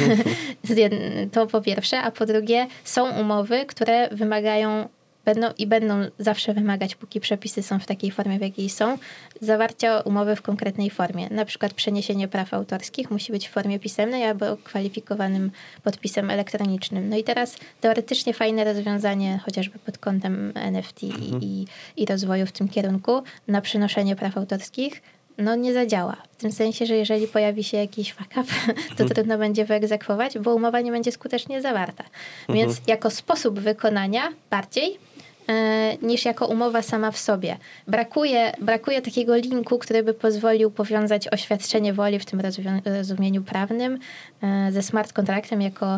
To po pierwsze, a po drugie są umowy, które wymagają będą i będą zawsze wymagać, póki przepisy są w takiej formie, w jakiej są, zawarcia umowy w konkretnej formie. Na przykład przeniesienie praw autorskich musi być w formie pisemnej albo kwalifikowanym podpisem elektronicznym. No i teraz teoretycznie fajne rozwiązanie, chociażby pod kątem N F T mhm. i, i rozwoju w tym kierunku, na przenoszenie praw autorskich, no nie zadziała. W tym sensie, że jeżeli pojawi się jakiś fuck up, to mhm. trudno będzie wyegzekwować, bo umowa nie będzie skutecznie zawarta. Mhm. Więc jako sposób wykonania bardziej e, niż jako umowa sama w sobie. Brakuje, brakuje takiego linku, który by pozwolił powiązać oświadczenie woli w tym rozwi- rozumieniu prawnym e, ze smart kontraktem jako,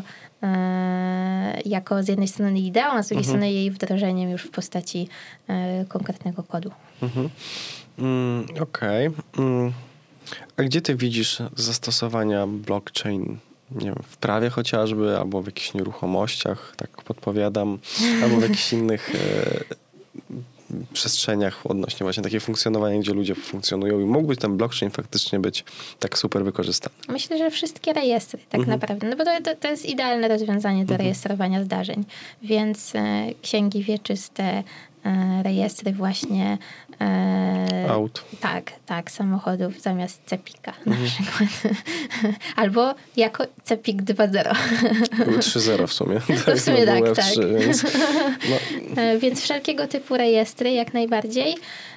e, jako z jednej strony ideą, a z drugiej mhm. strony jej wdrożeniem już w postaci e, konkretnego kodu. Mhm. Mm, Okej. Okay. Mm. A gdzie ty widzisz zastosowania blockchain? Nie wiem, w prawie chociażby, albo w jakichś nieruchomościach, tak podpowiadam, albo w jakichś innych e, przestrzeniach odnośnie właśnie takiego funkcjonowania, gdzie ludzie funkcjonują i mógłby ten blockchain faktycznie być tak super wykorzystany? Myślę, że wszystkie rejestry tak mhm. naprawdę, no bo to, to, to jest idealne rozwiązanie do mhm. rejestrowania zdarzeń, więc e, księgi wieczyste, rejestry właśnie e, aut. Tak, tak, samochodów zamiast Cepika mhm. na przykład. Albo jako Cepik dwa zero. Były trzy zero w sumie. To w sumie tak, tak. trzy, więc, no. więc wszelkiego typu rejestry jak najbardziej.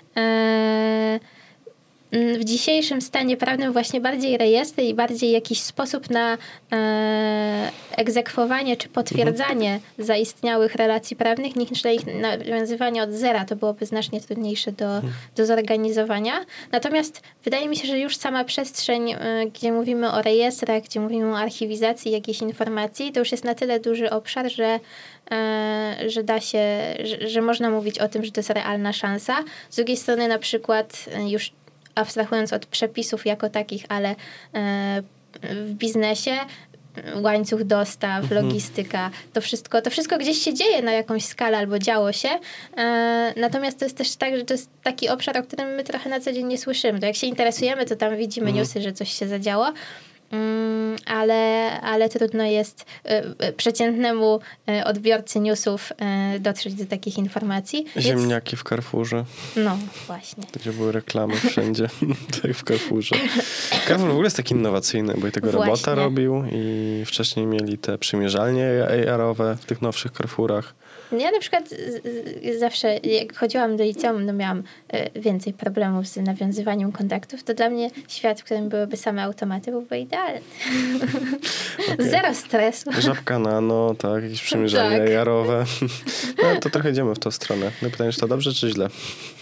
E, w dzisiejszym stanie prawnym właśnie bardziej rejestry i bardziej jakiś sposób na e, egzekwowanie czy potwierdzanie mhm. zaistniałych relacji prawnych niż na ich nawiązywanie od zera. To byłoby znacznie trudniejsze do, mhm. do zorganizowania. Natomiast wydaje mi się, że już sama przestrzeń, e, gdzie mówimy o rejestrach, gdzie mówimy o archiwizacji jakiejś informacji, to już jest na tyle duży obszar, że e, że da się, że, że można mówić o tym, że to jest realna szansa. Z drugiej strony na przykład już abstrahując od przepisów jako takich, ale w biznesie łańcuch dostaw, mhm. logistyka, to wszystko, to wszystko gdzieś się dzieje na jakąś skalę albo działo się. E, natomiast to jest też tak, że to jest taki obszar, o którym my trochę na co dzień nie słyszymy. To jak się interesujemy, to tam widzimy mhm. newsy, że coś się zadziało. Mm, ale, ale trudno jest y, y, przeciętnemu y, odbiorcy newsów y, dotrzeć do takich informacji. Ziemniaki Więc... w Carrefourze. No, właśnie. Gdzie były reklamy wszędzie, tak w Carrefourze. Carrefour w ogóle jest taki innowacyjny, bo i tego właśnie. robota robił i wcześniej mieli te przymierzalnie A R-owe w tych nowszych Carrefourach. Ja na przykład zawsze, jak chodziłam do liceum, no miałam więcej problemów z nawiązywaniem kontaktów, to dla mnie świat, w którym byłyby same automaty, byłby idealny. Okay. Zero stresu. Żabka nano, tak, jakieś przymierzalnie tak. jarowe. No to trochę idziemy w tą stronę. No pytanie, czy to dobrze, czy źle?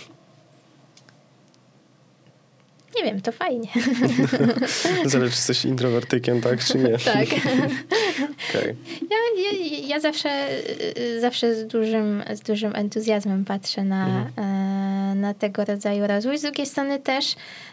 Nie wiem, to fajnie. Zależy, czy jesteś introwertykiem, tak, czy nie? Tak. Okay. Ja, ja, ja zawsze, zawsze z dużym, z dużym entuzjazmem patrzę na, mhm. na tego rodzaju rozwój. Z drugiej strony też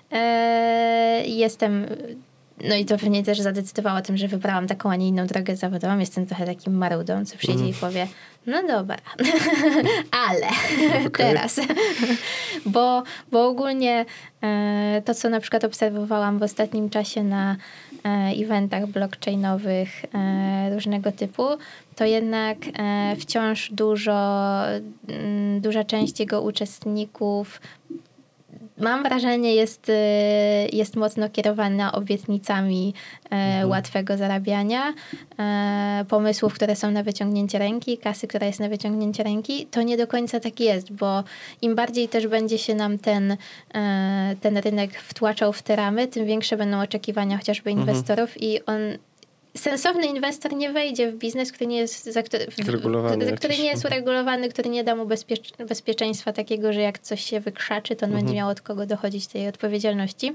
e, jestem... No i to pewnie też zadecydowało o tym, że wybrałam taką, a nie inną drogę zawodową. Jestem trochę takim marudą, co przyjdzie mm. i powie, no dobra, ale okay. teraz. bo, bo ogólnie e, to, co na przykład obserwowałam w ostatnim czasie na e, eventach blockchainowych e, różnego typu, to jednak e, wciąż dużo, m, duża część jego uczestników mam wrażenie, jest, jest mocno kierowana obietnicami mhm. łatwego zarabiania, pomysłów, które są na wyciągnięcie ręki, kasy, która jest na wyciągnięcie ręki. To nie do końca tak jest, bo im bardziej też będzie się nam ten, ten rynek wtłaczał w te ramy, tym większe będą oczekiwania chociażby inwestorów mhm. i on sensowny inwestor nie wejdzie w biznes, który nie jest, za który, w, który, który nie jest uregulowany, który nie da mu bezpiecz, bezpieczeństwa takiego, że jak coś się wykrzaczy, to on mhm. będzie miał od kogo dochodzić tej odpowiedzialności.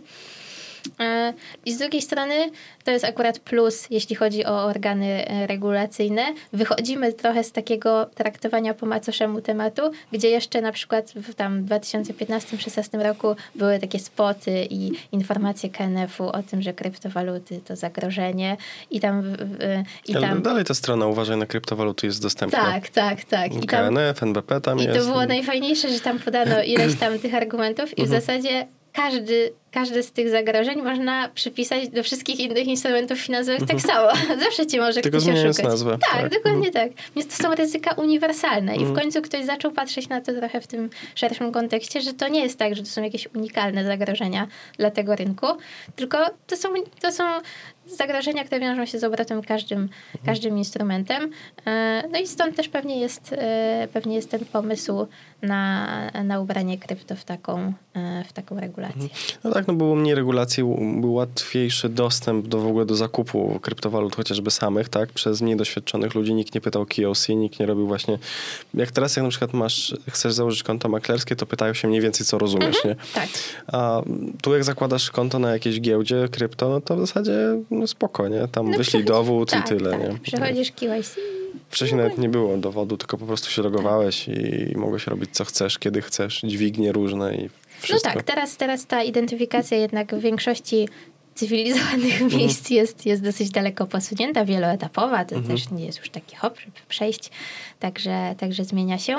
I z drugiej strony to jest akurat plus, jeśli chodzi o organy regulacyjne. Wychodzimy trochę z takiego traktowania po macoszemu tematu, gdzie jeszcze na przykład w tam dwa tysiące piętnastym szesnastym roku były takie spoty i informacje K N F u o tym, że kryptowaluty to zagrożenie i tam... I Ale tam... dalej ta strona Uważaj na kryptowaluty jest dostępna. Tak, tak, tak. I K N F, N B P tam i jest. I to było najfajniejsze, że tam podano ileś tam tych argumentów i w zasadzie każdy, każdy z tych zagrożeń można przypisać do wszystkich innych instrumentów finansowych tak samo. Zawsze cię może Tylko ktoś oszukać. Nazwę. Tak, tak, dokładnie mm. tak. Więc to są ryzyka uniwersalne i w końcu ktoś zaczął patrzeć na to trochę w tym szerszym kontekście, że to nie jest tak, że to są jakieś unikalne zagrożenia dla tego rynku, tylko to są, to są zagrożenia, które wiążą się z obrotem każdym, każdym instrumentem. No i stąd też pewnie jest, pewnie jest ten pomysł na, na ubranie krypto w taką, w taką regulację. No tak, no było mniej regulacji, był łatwiejszy dostęp do w ogóle do zakupu kryptowalut chociażby samych, tak? Przez mniej doświadczonych ludzi, nikt nie pytał K O C, nikt nie robił właśnie, jak teraz jak na przykład masz, chcesz założyć konto maklerskie, to pytają się mniej więcej, co rozumiesz, mhm, nie? Tak. A tu jak zakładasz konto na jakiejś giełdzie krypto, no to w zasadzie no spoko, nie? Tam no wyślij dowód tak, i tyle, tak. nie? Przechodzisz K Y C. Wcześniej nawet nie było dowodu, tylko po prostu się logowałeś tak. i mogłeś robić co chcesz, kiedy chcesz, dźwignie różne i wszystko. No tak, teraz, teraz ta identyfikacja jednak w większości cywilizowanych mhm. miejsc jest, jest dosyć daleko posunięta, wieloetapowa, to mhm. też nie jest już taki hop, żeby przejść, także, także zmienia się.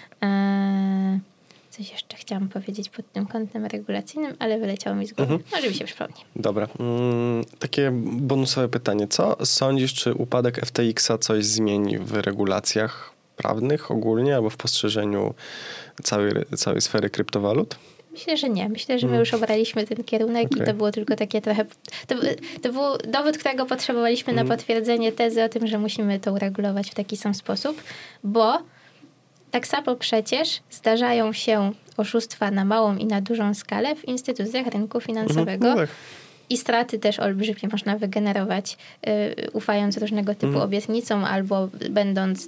Eee... Coś jeszcze chciałam powiedzieć pod tym kątem regulacyjnym, ale wyleciało mi z głowy. Mhm. Może mi się przypomni. Dobra. Mm, takie bonusowe pytanie. Co sądzisz, czy upadek F T X a coś zmieni w regulacjach prawnych ogólnie albo w postrzeżeniu całej, całej sfery kryptowalut? Myślę, że nie. Myślę, że my już obraliśmy ten kierunek okay. i to było tylko takie trochę... To, to był dowód, którego potrzebowaliśmy mm. na potwierdzenie tezy o tym, że musimy to uregulować w taki sam sposób, bo tak samo przecież zdarzają się oszustwa na małą i na dużą skalę w instytucjach rynku finansowego. Mhm, no tak. I straty też olbrzymie można wygenerować, y, ufając różnego typu mm. obietnicom albo będąc y,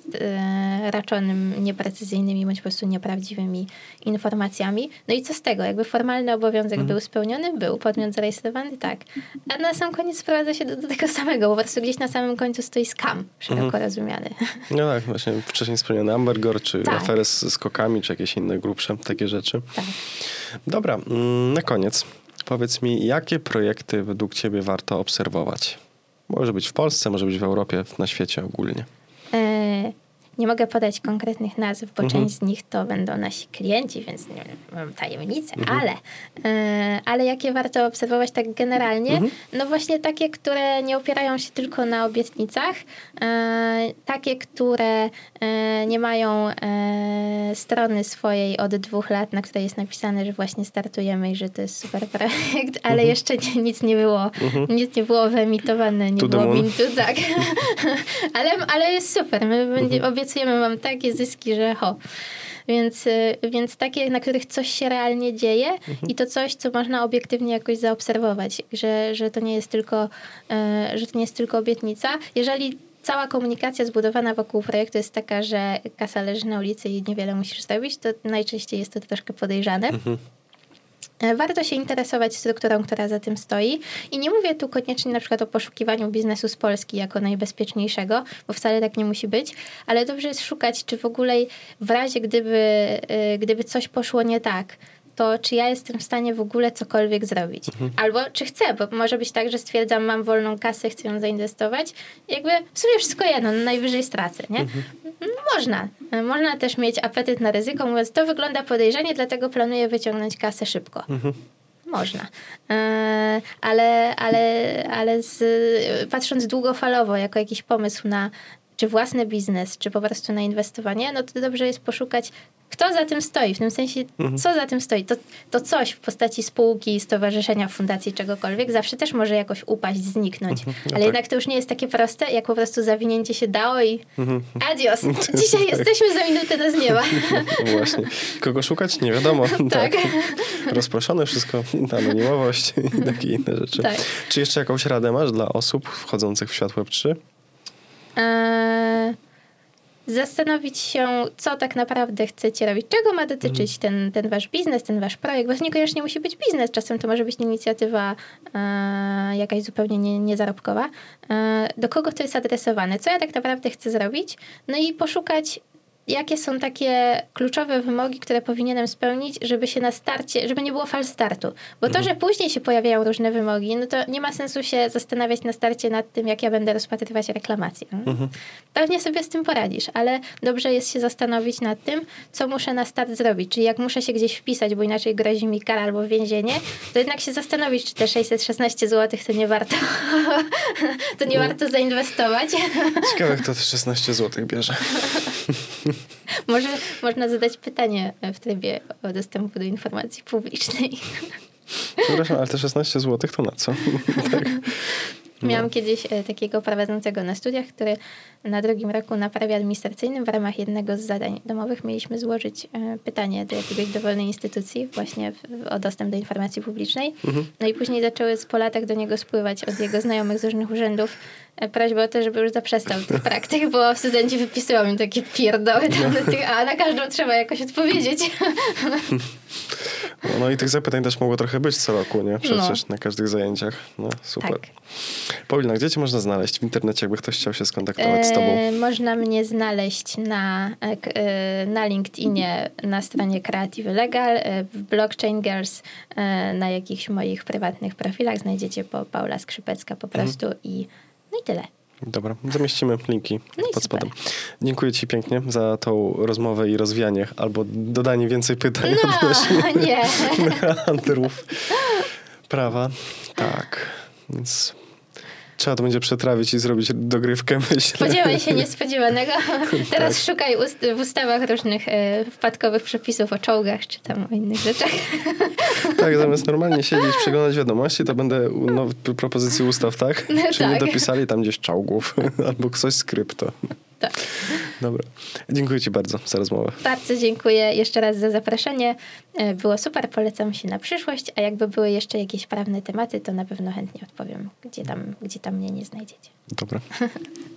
raczonym nieprecyzyjnymi bądź po prostu nieprawdziwymi informacjami. No i co z tego? Jakby formalny obowiązek mm. był spełniony? Był. Podmiot zarejestrowany? Tak. A na sam koniec sprowadza się do, do tego samego. Po prostu gdzieś na samym końcu stoi scam, szeroko mm. rozumiany. No tak, właśnie wcześniej wspomniany Ambergor, czy tak. aferę z skokami, czy jakieś inne grubsze takie rzeczy. Tak. Dobra, na koniec. Powiedz mi, jakie projekty według ciebie warto obserwować? Może być w Polsce, może być w Europie, na świecie ogólnie. E, nie mogę podać konkretnych nazw, bo Mhm. część z nich to będą nasi klienci, więc nie mam tajemnicę, Mhm. ale, e, ale jakie warto obserwować tak generalnie? Mhm. No właśnie takie, które nie opierają się tylko na obietnicach, e, takie, które e, nie mają e, strony swojej od dwóch lat, na której jest napisane, że właśnie startujemy i że to jest super projekt, ale Mhm. jeszcze nie, nic nie było, Mhm. nic nie było wyemitowane, nie To the było moon. mintu, tak. ale, ale jest super, my będzie, Mhm. obiecujemy wam takie zyski, że ho. Więc, y, więc takie, na których coś się realnie dzieje Mhm. i to coś, co można obiektywnie jakoś zaobserwować, że, że to nie jest tylko, y, że to nie jest tylko obietnica. Jeżeli cała komunikacja zbudowana wokół projektu jest taka, że kasa leży na ulicy i niewiele musisz zrobić, to najczęściej jest to troszkę podejrzane. Mhm. Warto się interesować strukturą, która za tym stoi. I nie mówię tu koniecznie na przykład o poszukiwaniu biznesu z Polski jako najbezpieczniejszego, bo wcale tak nie musi być, ale dobrze jest szukać, czy w ogóle w razie, gdyby, gdyby coś poszło nie tak, to czy ja jestem w stanie w ogóle cokolwiek zrobić. Mhm. Albo czy chcę, bo może być tak, że stwierdzam, mam wolną kasę, chcę ją zainwestować. Jakby w sumie wszystko jedno, no najwyżej stracę, nie? Mhm. Można. Można też mieć apetyt na ryzyko, mówiąc, to wygląda podejrzanie, dlatego planuję wyciągnąć kasę szybko. Mhm. Można. E, ale ale, ale z, patrząc długofalowo, jako jakiś pomysł na czy własny biznes, czy po prostu na inwestowanie, no to dobrze jest poszukać, kto za tym stoi. W tym sensie, Mhm. co za tym stoi. To, to coś w postaci spółki, stowarzyszenia, fundacji, czegokolwiek zawsze też może jakoś upaść, zniknąć. Mhm. No ale tak. jednak to już nie jest takie proste, jak po prostu zawinięcie się dało i Mhm. adios. Dzisiaj jesteśmy, za minutę nas nie ma. Właśnie. Kogo szukać? Nie wiadomo. Tak. Rozproszone wszystko, anonimowość i takie inne rzeczy. Tak. Czy jeszcze jakąś radę masz dla osób wchodzących w świat web trzy? Eee, zastanowić się, co tak naprawdę chcecie robić, czego ma dotyczyć ten, ten wasz biznes, ten wasz projekt, bo to niekoniecznie musi być biznes, czasem to może być inicjatywa e, jakaś zupełnie nie, niezarobkowa. E, do kogo to jest adresowane, co ja tak naprawdę chcę zrobić, no i poszukać, jakie są takie kluczowe wymogi, które powinienem spełnić, żeby się na starcie, żeby nie było fal startu. Bo to, że później się pojawiają różne wymogi, no to nie ma sensu się zastanawiać na starcie nad tym, jak ja będę rozpatrywać reklamację. Mhm. Pewnie sobie z tym poradzisz, ale dobrze jest się zastanowić nad tym, co muszę na start zrobić. Czyli jak muszę się gdzieś wpisać, bo inaczej grozi mi kara albo więzienie, to jednak się zastanowić, czy te sześćset szesnaście złotych to nie warto to nie warto zainwestować. Ciekawe, kto te szesnaście złotych bierze. Może można zadać pytanie w trybie o dostępu do informacji publicznej. Przepraszam, ale te szesnaście złotych to na co? Tak. Miałam kiedyś e, takiego prowadzącego na studiach, który na drugim roku na prawie administracyjnym w ramach jednego z zadań domowych mieliśmy złożyć e, pytanie do jakiegoś dowolnej instytucji właśnie w, o dostęp do informacji publicznej. Mhm. No i później zaczęły z polatek do niego spływać od jego znajomych z różnych urzędów e, prośby o to, żeby już zaprzestał tych praktyk, bo studenci wypisują mi takie pierdoły, tam na tych, a na każdą trzeba jakoś odpowiedzieć. No, no i tych zapytań też mogło trochę być co roku, nie? Przecież no. Na każdych zajęciach. No super. Tak. Paulina, gdzie cię można znaleźć w internecie, jakby ktoś chciał się skontaktować z tobą? E, można mnie znaleźć na, e, na LinkedInie, na stronie Creative Legal, e, w Blockchain Girls, e, na jakichś moich prywatnych profilach znajdziecie po Paula Skrzypecka po prostu mm. i no i tyle. Dobra, zamieścimy linki no pod spodem. Dziękuję ci pięknie za tą rozmowę i rozwianie, albo dodanie więcej pytań no, odnośnie nie. meandrów prawa. Tak, więc trzeba to będzie przetrawić i zrobić dogrywkę, myślę. Spodziewaj się niespodziewanego. Teraz tak. Szukaj ust w ustawach różnych e, wpadkowych przepisów o czołgach, czy tam o innych rzeczach. Tak, zamiast normalnie siedzieć, przeglądać wiadomości, to będę no, propozycji ustaw, tak? No, Czyli tak. dopisali tam gdzieś czołgów albo coś z krypto. Tak. Dobra. Dziękuję ci bardzo za rozmowę. Bardzo dziękuję jeszcze raz za zaproszenie. Było super, polecam się na przyszłość, a jakby były jeszcze jakieś prawne tematy, to na pewno chętnie odpowiem, gdzie tam, gdzie tam mnie nie znajdziecie. Dobra.